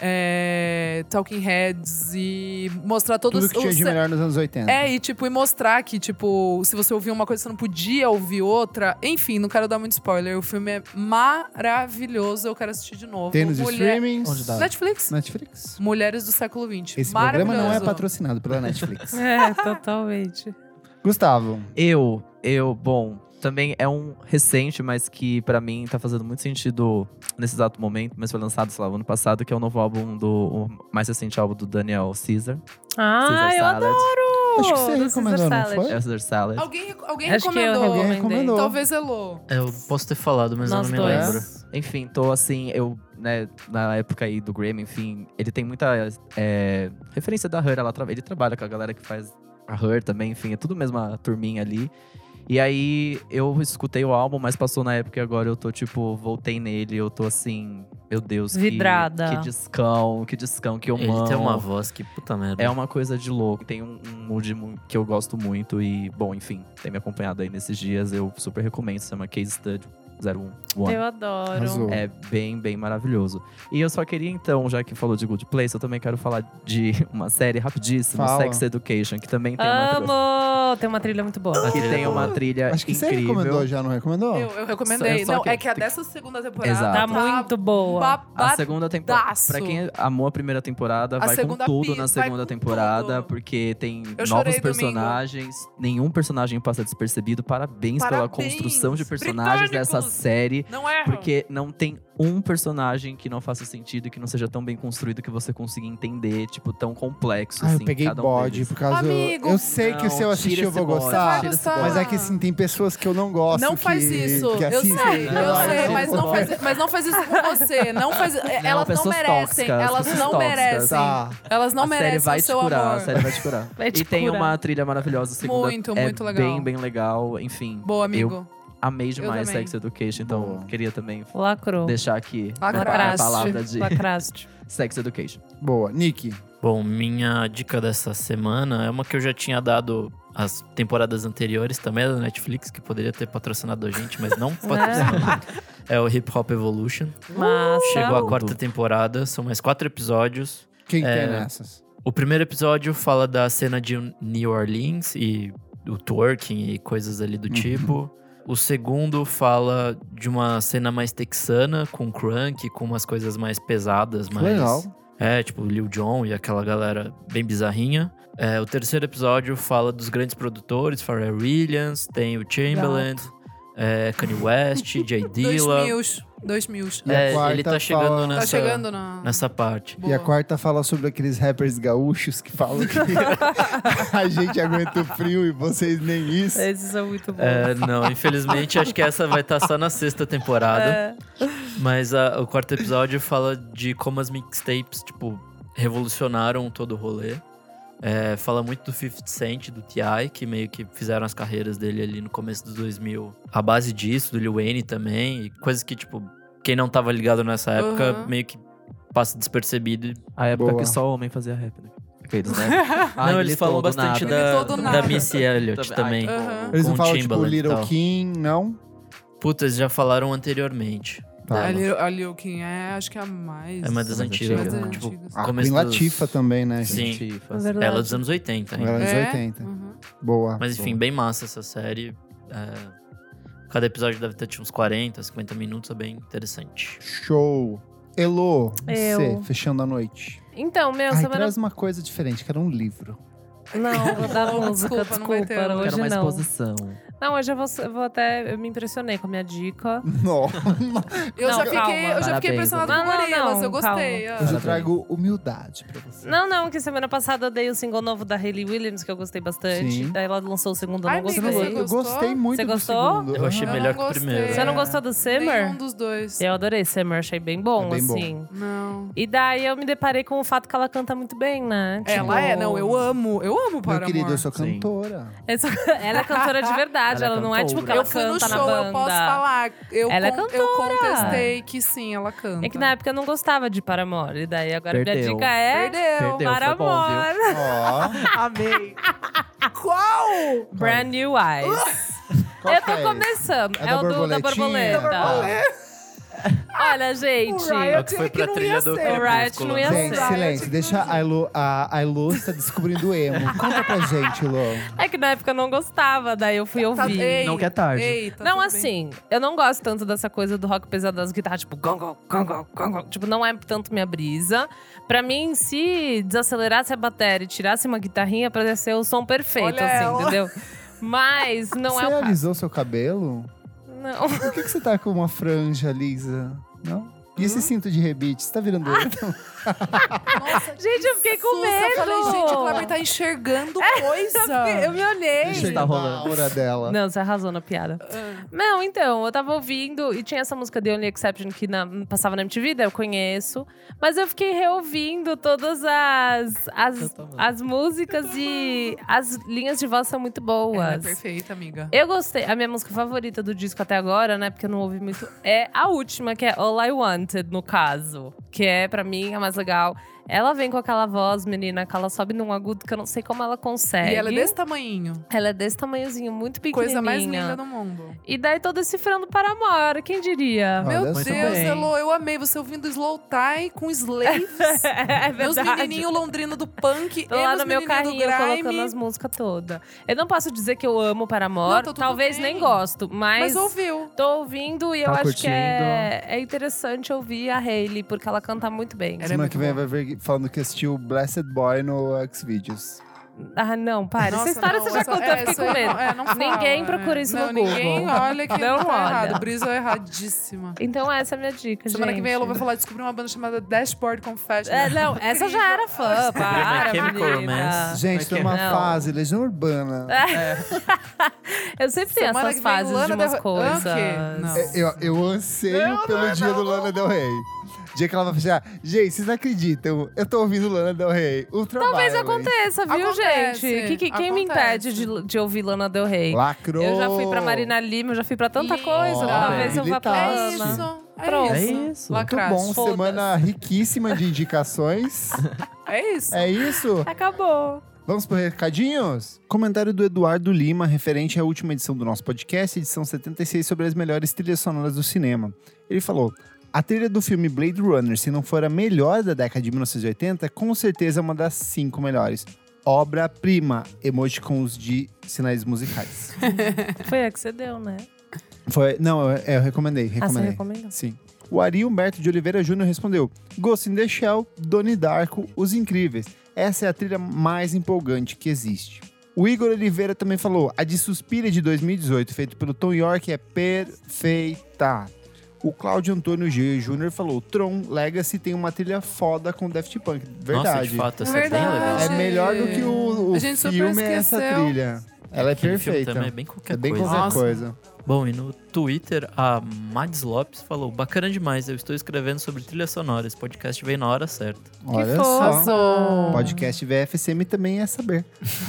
é, Talking Heads e mostrar todos Tudo que tinha os- de melhor nos anos oitenta. é, e tipo, e mostrar que, tipo, se você ouvir uma coisa, você não podia ouvir outra. Enfim, não quero dar muito spoiler. O filme é maravilhoso, eu quero assistir de novo. Tem nos Mulher- streamings. Onde dá? Netflix. Netflix. Mulheres do século vinte. Esse programa não é Maravilhoso. patrocinado pela Netflix. É, totalmente. Gustavo. Eu, eu, bom, também é um recente, mas que pra mim tá fazendo muito sentido nesse exato momento, mas foi lançado, sei lá, ano passado, que é o novo álbum do o mais recente álbum do Daniel Caesar. Ah, Caesar eu Salad. adoro! Acho que você do recomendou, Caesar não Salad. foi? É o Caesar Salad. Alguém, alguém Acho que eu recomendou. Alguém recomendei. recomendou. Talvez Elô. Eu posso ter falado, mas Nós eu não me dois. lembro. Enfim, tô assim, eu, né, na época aí do Grammy, enfim, ele tem muita é, referência da Her, ela tra- ele trabalha com a galera que faz a Her também, enfim, é tudo mesma turminha ali. E aí, eu escutei o álbum, mas passou na época e agora eu tô, tipo, voltei nele, eu tô assim, meu Deus, que- Vidrada. Que, discão, que discão que eu Ele amo. tem uma voz que puta merda. É uma coisa de louco. Tem um, um mood mu- que eu gosto muito e, bom, enfim, tem me acompanhado aí nesses dias. Eu super recomendo, se chama Case Study. zero um One. Eu adoro. Arrasou. É bem, bem maravilhoso. E eu só queria então, já que falou de Good Place, eu também quero falar de uma série rapidíssima, Fala. Sex Education, que também tem uma trilha, Amo! Tem uma trilha muito boa. que tem uma trilha Acho que você incrível. recomendou já, não recomendou? Eu, eu recomendei. Só- só Não, que- é que a dessa segunda temporada Exato. Tá muito boa. babadaço. A segunda temporada. Pra quem amou a primeira temporada, A vai com segunda tudo pi- na vai segunda com temporada, tudo. porque tem Eu novos chorei domingo. personagens. Nenhum personagem passa despercebido. Parabéns, pela Parabéns, construção de personagens dessa britânicos. série. Não erra. Porque não tem um personagem que não faça sentido e que não seja tão bem construído que você consiga entender, tipo, tão complexo. Ah, eu assim, peguei cada um bode, deles. por causa… Amigo, eu, eu sei que não, se eu assistir tira eu vou esse bode, gostar. tira esse bode. Mas é que assim, tem pessoas que eu não gosto Não que, faz isso. que Eu assistem. sei, eu Não, sei, não, mas não não faz, mas não faz isso com você. Não faz, elas não pessoas merecem. tóxicas, Elas pessoas não tóxicas. merecem. Tá. Elas não a série merecem vai o te seu curar, amor. a série vai te curar. Vai te e tem curar. uma trilha maravilhosa, a segunda Muito, é muito legal. bem, bem legal. Enfim, Boa, amigo. amei demais também. Sex Education, então Boa. queria também Lacrou. deixar aqui Lacraste. a Lacraste. palavra de Lacraste. Sex Education. Boa. Nick, Bom, minha dica dessa semana é uma que eu já tinha dado as temporadas anteriores também da Netflix, que poderia ter patrocinado a gente, mas não patrocinou. É o Hip Hop Evolution. Massa. Chegou a Tudo. quarta temporada, são mais quatro episódios. quem É. tem nessas? O primeiro episódio fala da cena de New Orleans e do twerking e coisas ali do tipo. O segundo fala de uma cena mais texana, com crunk, com umas coisas mais pesadas, mais… Legal. É, tipo Lil Jon e aquela galera bem bizarrinha. É, o terceiro episódio fala dos grandes produtores, Pharrell Williams, tem o Chamberlain, é, Kanye West, Jay Dois Dilla. mil. Dois mil. E a É, quarta ele tá chegando fala- nessa, Tá chegando na… nessa parte. E a Boa. quarta fala sobre aqueles rappers gaúchos que falam que a gente aguenta o frio e vocês nem isso. Esses são muito bons. É, não, infelizmente acho que essa vai estar só na sexta temporada. É. Mas a- o quarto episódio fala de como as mixtapes, tipo, revolucionaram todo o rolê. É, fala muito do fifty Cent, do T I, que meio que fizeram as carreiras dele ali no começo dos dois mil. A base disso, do Lil Wayne também. E coisas que, tipo, quem não tava ligado nessa época, Uhum. meio que passa despercebido. A época Boa. que só homem fazia rap, né? Aqueles, né? Ah, não, eles militou falam do bastante nada. Militou da, do da nada. Missy Elliott Também. também. Ai, Aham. Eles não com falam tipo Timbaland e Little tal. King, não? Puta, eles já falaram anteriormente. Tá. A Lil, a Lil Kim é, acho que é a mais… É uma das Mais antigas. antigas, né? Tipo, Antigas. A começo Queen dos- Latifah também, né? Sim. Tifas. Verdade. Ela dos anos oitenta ainda. Ela é dos É? oitenta. Uhum. Boa. Mas enfim, bem massa essa série. É, cada episódio deve ter tipo, uns quarenta, cinquenta minutos, é bem interessante. Show. Elo, Eu. você, fechando a noite. Então, meu, Ai, semana… traz uma coisa diferente, que era um livro. Não, vou dar Desculpa, música, não desculpa. vai ter hoje. hoje Quero uma não. exposição. Não, hoje eu vou, eu vou até… Eu me impressionei com a minha dica. Não. Eu, Não, já fiquei, calma. eu já fiquei Parabéns, impressionada Não, com não, Gorilas, não, eu gostei. calma. ah. Hoje eu trago humildade pra você. Não, não, que semana passada eu dei o single novo da Hayley Williams, que eu gostei bastante. Sim. Daí ela lançou o segundo, eu Ai, não amiga, gostei. você eu gostou? gostei muito Você do gostou? segundo. Eu achei Eu melhor não que o primeiro. Você não É. gostou do Simmer? Nenhum dos dois. Eu adorei Simmer, achei bem bom, É bem bom. assim. Não. E daí eu me deparei com o fato que ela canta muito bem, né? Ela Tipo, é, não, eu amo, eu amo Meu Paramore. querido, eu sou Sim. cantora. Essa- ela é cantora de verdade, Ela ela, é não é tipo que cantora. ela Eu fui no canta show, na banda. eu posso falar. Eu, Ela é con- eu cantora. contestei que sim, ela canta. É que na época eu não gostava de Paramore. E daí agora minha Perdeu. dica é… Perdeu. Perdeu, foi bom, Paramore. Ó, Amei. Qual? Brand New Eyes. qual eu que tô é? começando. É É, da o do, da borboletinha? borboleta. Olha, gente. É o que foi pra trilha do O Riot não ia Gente, ser. silêncio, deixa a Elo, a, a Elo está descobrindo o emo. Conta pra gente, Elo. É que na época eu não gostava, daí eu fui Tá, ouvir. ei, Não que é tarde. ei, tá Não, tudo bem. assim, eu não gosto tanto dessa coisa do rock pesado das guitarras, tipo, gong, gong, gong, gong. Tipo, não é tanto minha brisa. Pra mim, se desacelerasse a bateria e tirasse uma guitarrinha, pra ser o som perfeito, Olha assim, ela. entendeu? Mas não você é o caso. alisou seu cabelo? Não. Por que, que você tá com uma franja lisa? Não? E esse cinto de rebite? Você tá virando outro? Nossa, Gente, eu fiquei com susto, medo. Eu falei, gente, o Kleber tá enxergando coisa. Eu me olhei. Deixa tá eu rolando. a aura dela. Não, você arrasou na piada. Ah. Não, então, eu tava ouvindo e tinha essa música The Only Exception que na- passava na M T V, daí eu conheço. Mas eu fiquei reouvindo todas as, as, Eu também. as músicas e as linhas de voz são muito boas. Ela é perfeita, amiga. Eu gostei. A minha música favorita do disco até agora, né? Porque eu não ouvi muito. É a última, que é All I Wanted, no caso. Que é, pra mim, a mais legal. Ela vem com aquela voz, menina, que ela sobe num agudo que eu não sei como ela consegue. E ela é desse tamanhinho. Ela é desse tamanhozinho, muito pequenininha. Coisa mais linda do mundo. E daí todo esse frando para amor, quem diria? Olha Meu só. Deus, bem. Elo, eu amei você ouvindo Slow Tie com Slaves. É Meus verdade. menininhos londrinos do punk Tô e lá meus no meu menininhos do carrinho grime. colocando as músicas todas. Eu não posso dizer que eu amo Paramore, Não, tá tudo talvez bem. nem gosto, mas, Mas ouviu. tô ouvindo e eu Tá acho curtindo. que é, é interessante ouvir a Hailey, porque ela canta muito bem. Ela é Semana muito que vem boa. vai ver falando que assistiu Blessed Boy no Xvideos. Ah, não, para. Nossa, Essa história não, você já essa- contou, é, eu fiquei isso com aí medo. não- é, não fala, Ninguém é. procura isso não, no Google. Ninguém olha que Não tá olha. errado. Brisa é erradíssima. Então essa é a minha dica, Semana gente. que vem ela vai falar, descobrir uma banda chamada Dashboard Confession. É, não, essa eu já era fã, para, Chemical menina. Romance. Gente, tem uma Não. fase, Legião Urbana. Eu sempre tenho Semana essas que vem, fases Lana de umas Del- coisas. Ah, quê? Não. É, Eu, eu anseio pelo dia do Lana Del Rey. Dia que ela vai fechar. Gente, vocês não acreditam? Eu tô ouvindo Lana Del Rey. Talvez Ultraviolet. aconteça, viu, Acontece, gente? Que, que- quem me acontece. impede de, de ouvir Lana Del Rey? Lacrou. Eu já fui pra Marina Lima, eu já fui pra tanta Ih, coisa. ó, Talvez eu vá pra É militasse. Lana. isso. É Pronto. isso. É isso. Muito Lacraste. bom, Foda-se. semana riquíssima de indicações. É isso. É isso? Acabou. Vamos para recadinhos? Comentário do Eduardo Lima, referente à última edição do nosso podcast, edição setenta e seis, sobre as melhores trilhas sonoras do cinema. Ele falou: a trilha do filme Blade Runner, se não for a melhor da década de mil novecentos e oitenta, com certeza é uma das cinco melhores. Obra-prima, emoticons de sinais musicais. Foi a que você deu, né? Foi, não, eu, eu recomendei, Ah, você recomendei. recomendou? Sim. O Ari Humberto de Oliveira Júnior respondeu: Ghost in the Shell, Donnie Darko, Os Incríveis. Essa é a trilha mais empolgante que existe. O Igor Oliveira também falou: a de Suspiria de dois mil e dezoito, feito pelo Tom York, é perfeita. O Cláudio Antônio G. Júnior falou: Tron Legacy tem uma trilha foda com Daft Punk. Nossa, Verdade. de fato, essa é bem Verdade. legal. É melhor do que o, o A gente super filme, é essa esqueceu. trilha. Ela é Aquele filme perfeita. também é bem qualquer É bem coisa. qualquer Nossa. coisa. Bom, e no Twitter, a Mads Lopes falou: bacana demais, eu estou escrevendo sobre trilha sonora. Esse podcast veio na hora certa. Olha fofo. só. Podcast V F S M também é saber.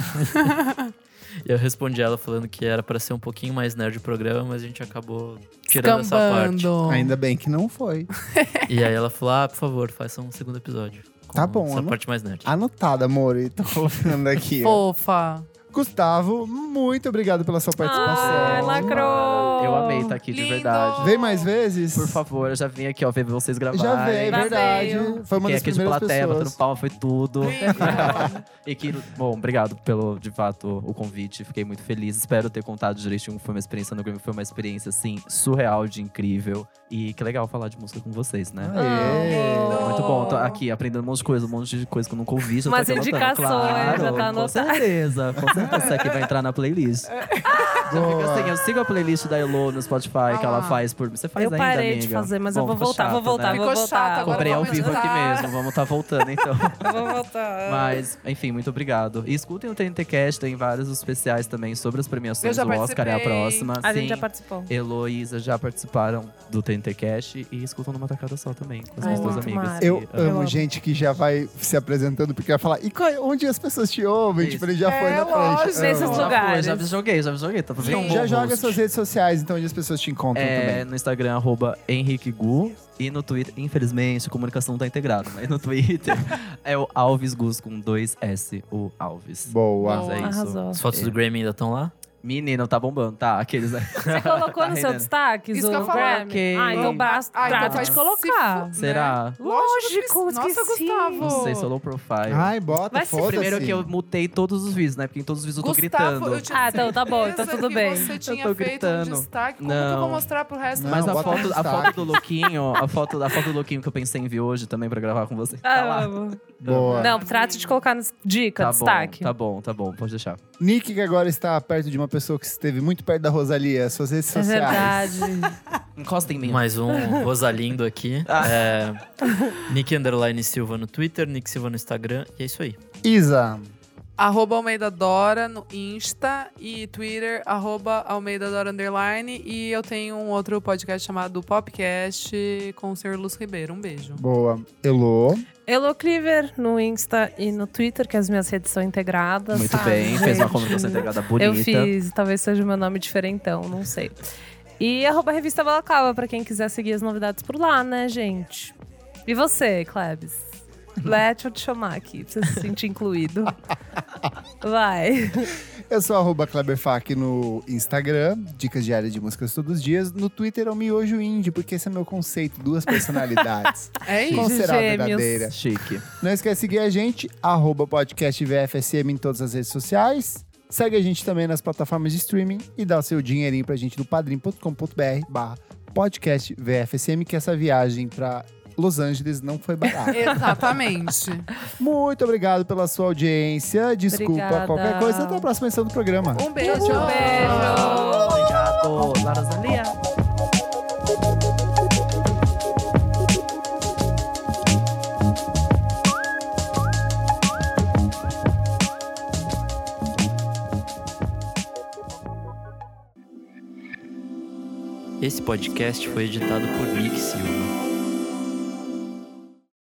E eu respondi ela falando que era pra ser um pouquinho mais nerd o programa, mas a gente acabou tirando essa parte. Escambando. Ainda bem que não foi. E aí ela falou: ah, por favor, faça um segundo episódio. com Tá bom, Essa eu não- parte mais nerd. Anotado, amor. E tô colocando aqui. ó. Fofa. Gustavo, muito obrigado pela sua participação. Ai, lacrou. Eu amei estar aqui de Lindo. verdade. Vem mais vezes? Por favor, eu já vim aqui, ó, ver vocês gravarem. Já veio, Já verdade. veio. Foi uma Fiquei das aqui de primeiras plateia, batendo pessoas. palma, foi tudo. Lindo. E que, bom, obrigado pelo, de fato, o convite. Fiquei muito feliz. Espero ter contado direitinho como foi uma experiência no Grammy. Foi uma experiência, assim, surreal, de incrível. E que legal falar de música com vocês, né? Aê. Muito bom, tô aqui aprendendo um monte de coisa, um monte de coisa que eu nunca ouvi. Já tô Umas aqui anotando, indicações, claro, já tá com anotado. certeza, com certeza. Isso aqui vai entrar na playlist. Já fica Boa. assim, eu sigo a playlist da Elo no Spotify, que ela Ah. faz por... Você faz Eu ainda, parei de amiga? fazer, mas eu Bom, vou ficou voltar, chato, vou voltar, né? vou Ficou voltar. chato, agora Comprei ao vamos vivo aqui editar. mesmo, vamos estar voltando então. Eu vou voltar. Mas, enfim, muito obrigado. E escutem o T N T Cast, tem vários especiais também sobre as Eu premiações já do Oscar, é a participei. próxima. A Sim. gente já participou. Elo e Isa já participaram do T N T Cast e escutam numa tacada só também, com as Ai, minhas duas muito amigas. mara. Eu que amo amo. gente que já vai se apresentando porque vai falar: e qual, é- onde as pessoas te ouvem? Isso. Tipo, ele já É, foi na lógico. frente. Nesses Amo. Já lugares. foi, já me joguei, já me joguei. Tá fazendo um Já bom joga host. suas redes sociais, então, onde as pessoas te encontram É, também. no Instagram, arroba Henrique Gu. E no Twitter, infelizmente, a comunicação não tá integrada. Mas no Twitter é o Alves Gus com dois S, o Alves. Boa. Mas é isso. Arrasou. As fotos do Grammy ainda estão lá? Menino, tá bombando, tá? Aqueles. Você colocou no seu rendendo. destaque Isso o que eu ia falar. Grammy? Ok. Ah, então basta, Ah, então trata vai de se colocar. fu- Será? Lógico, Nossa, esqueci. Gustavo. Não sei, sou low profile. Ai, bota, Vai se- foda-se. Primeiro que eu mutei todos os vídeos, né? Porque em todos os vídeos eu tô Gustavo, gritando. eu tinha Ah, então tá bom, então certeza tudo que bem. Você tinha tô feito gritando. um destaque. Como que eu Não. vou mostrar pro resto Não, Mas a bota foto, no a foto destaque. do Luquinho, a foto, a foto do Luquinho que eu pensei em vir hoje também pra gravar com você. Tá Ah, lá. amo. Boa. Não, trate de colocar nas dica, Tá destaque. bom, tá bom, tá bom, pode deixar. Nick, que agora está perto de uma pessoa que esteve muito perto da Rosalia, suas redes É sociais. verdade. Encosta em mim. Mais um Rosalindo aqui. Ah. É, Nick Underline Silva no Twitter, Nick Silva no Instagram. E é isso aí. Isa, Arroba Almeida Dora no Insta e Twitter, arroba Almeida Dora Underline. E eu tenho um outro podcast chamado Popcast com o senhor Lúcio Ribeiro. Um beijo. boa. Elô, Elo Cleaver no Insta e no Twitter, que as minhas redes são integradas. Muito sabe, bem, fez uma gente? comunicação integrada bonita. Eu fiz, talvez seja o meu nome diferentão, não sei. E arroba Revista Balaclava, pra quem quiser seguir as novidades por lá, né, gente? E você, Klebs? Let, deixa eu te chamar aqui, pra você se sentir incluído. Vai. Eu sou arroba Kleberfac no Instagram, dicas diárias de músicas todos os dias. No Twitter é o Miojo Indie, porque esse é meu conceito, duas personalidades. É isso. Qual será a Gêmeos. verdadeira? Chique. Não esquece de seguir a gente, arroba podcast V F S M em todas as redes sociais. Segue a gente também nas plataformas de streaming e dá o seu dinheirinho pra gente no padrim.com.br barra podcast V F S M, que essa viagem pra Los Angeles não foi barata. Exatamente. Muito obrigado pela sua audiência. Desculpa Obrigada. qualquer coisa. Até a próxima edição do programa. Um beijo. Um beijo. Obrigado, La Rosalia. Esse podcast foi editado por Nick Silva.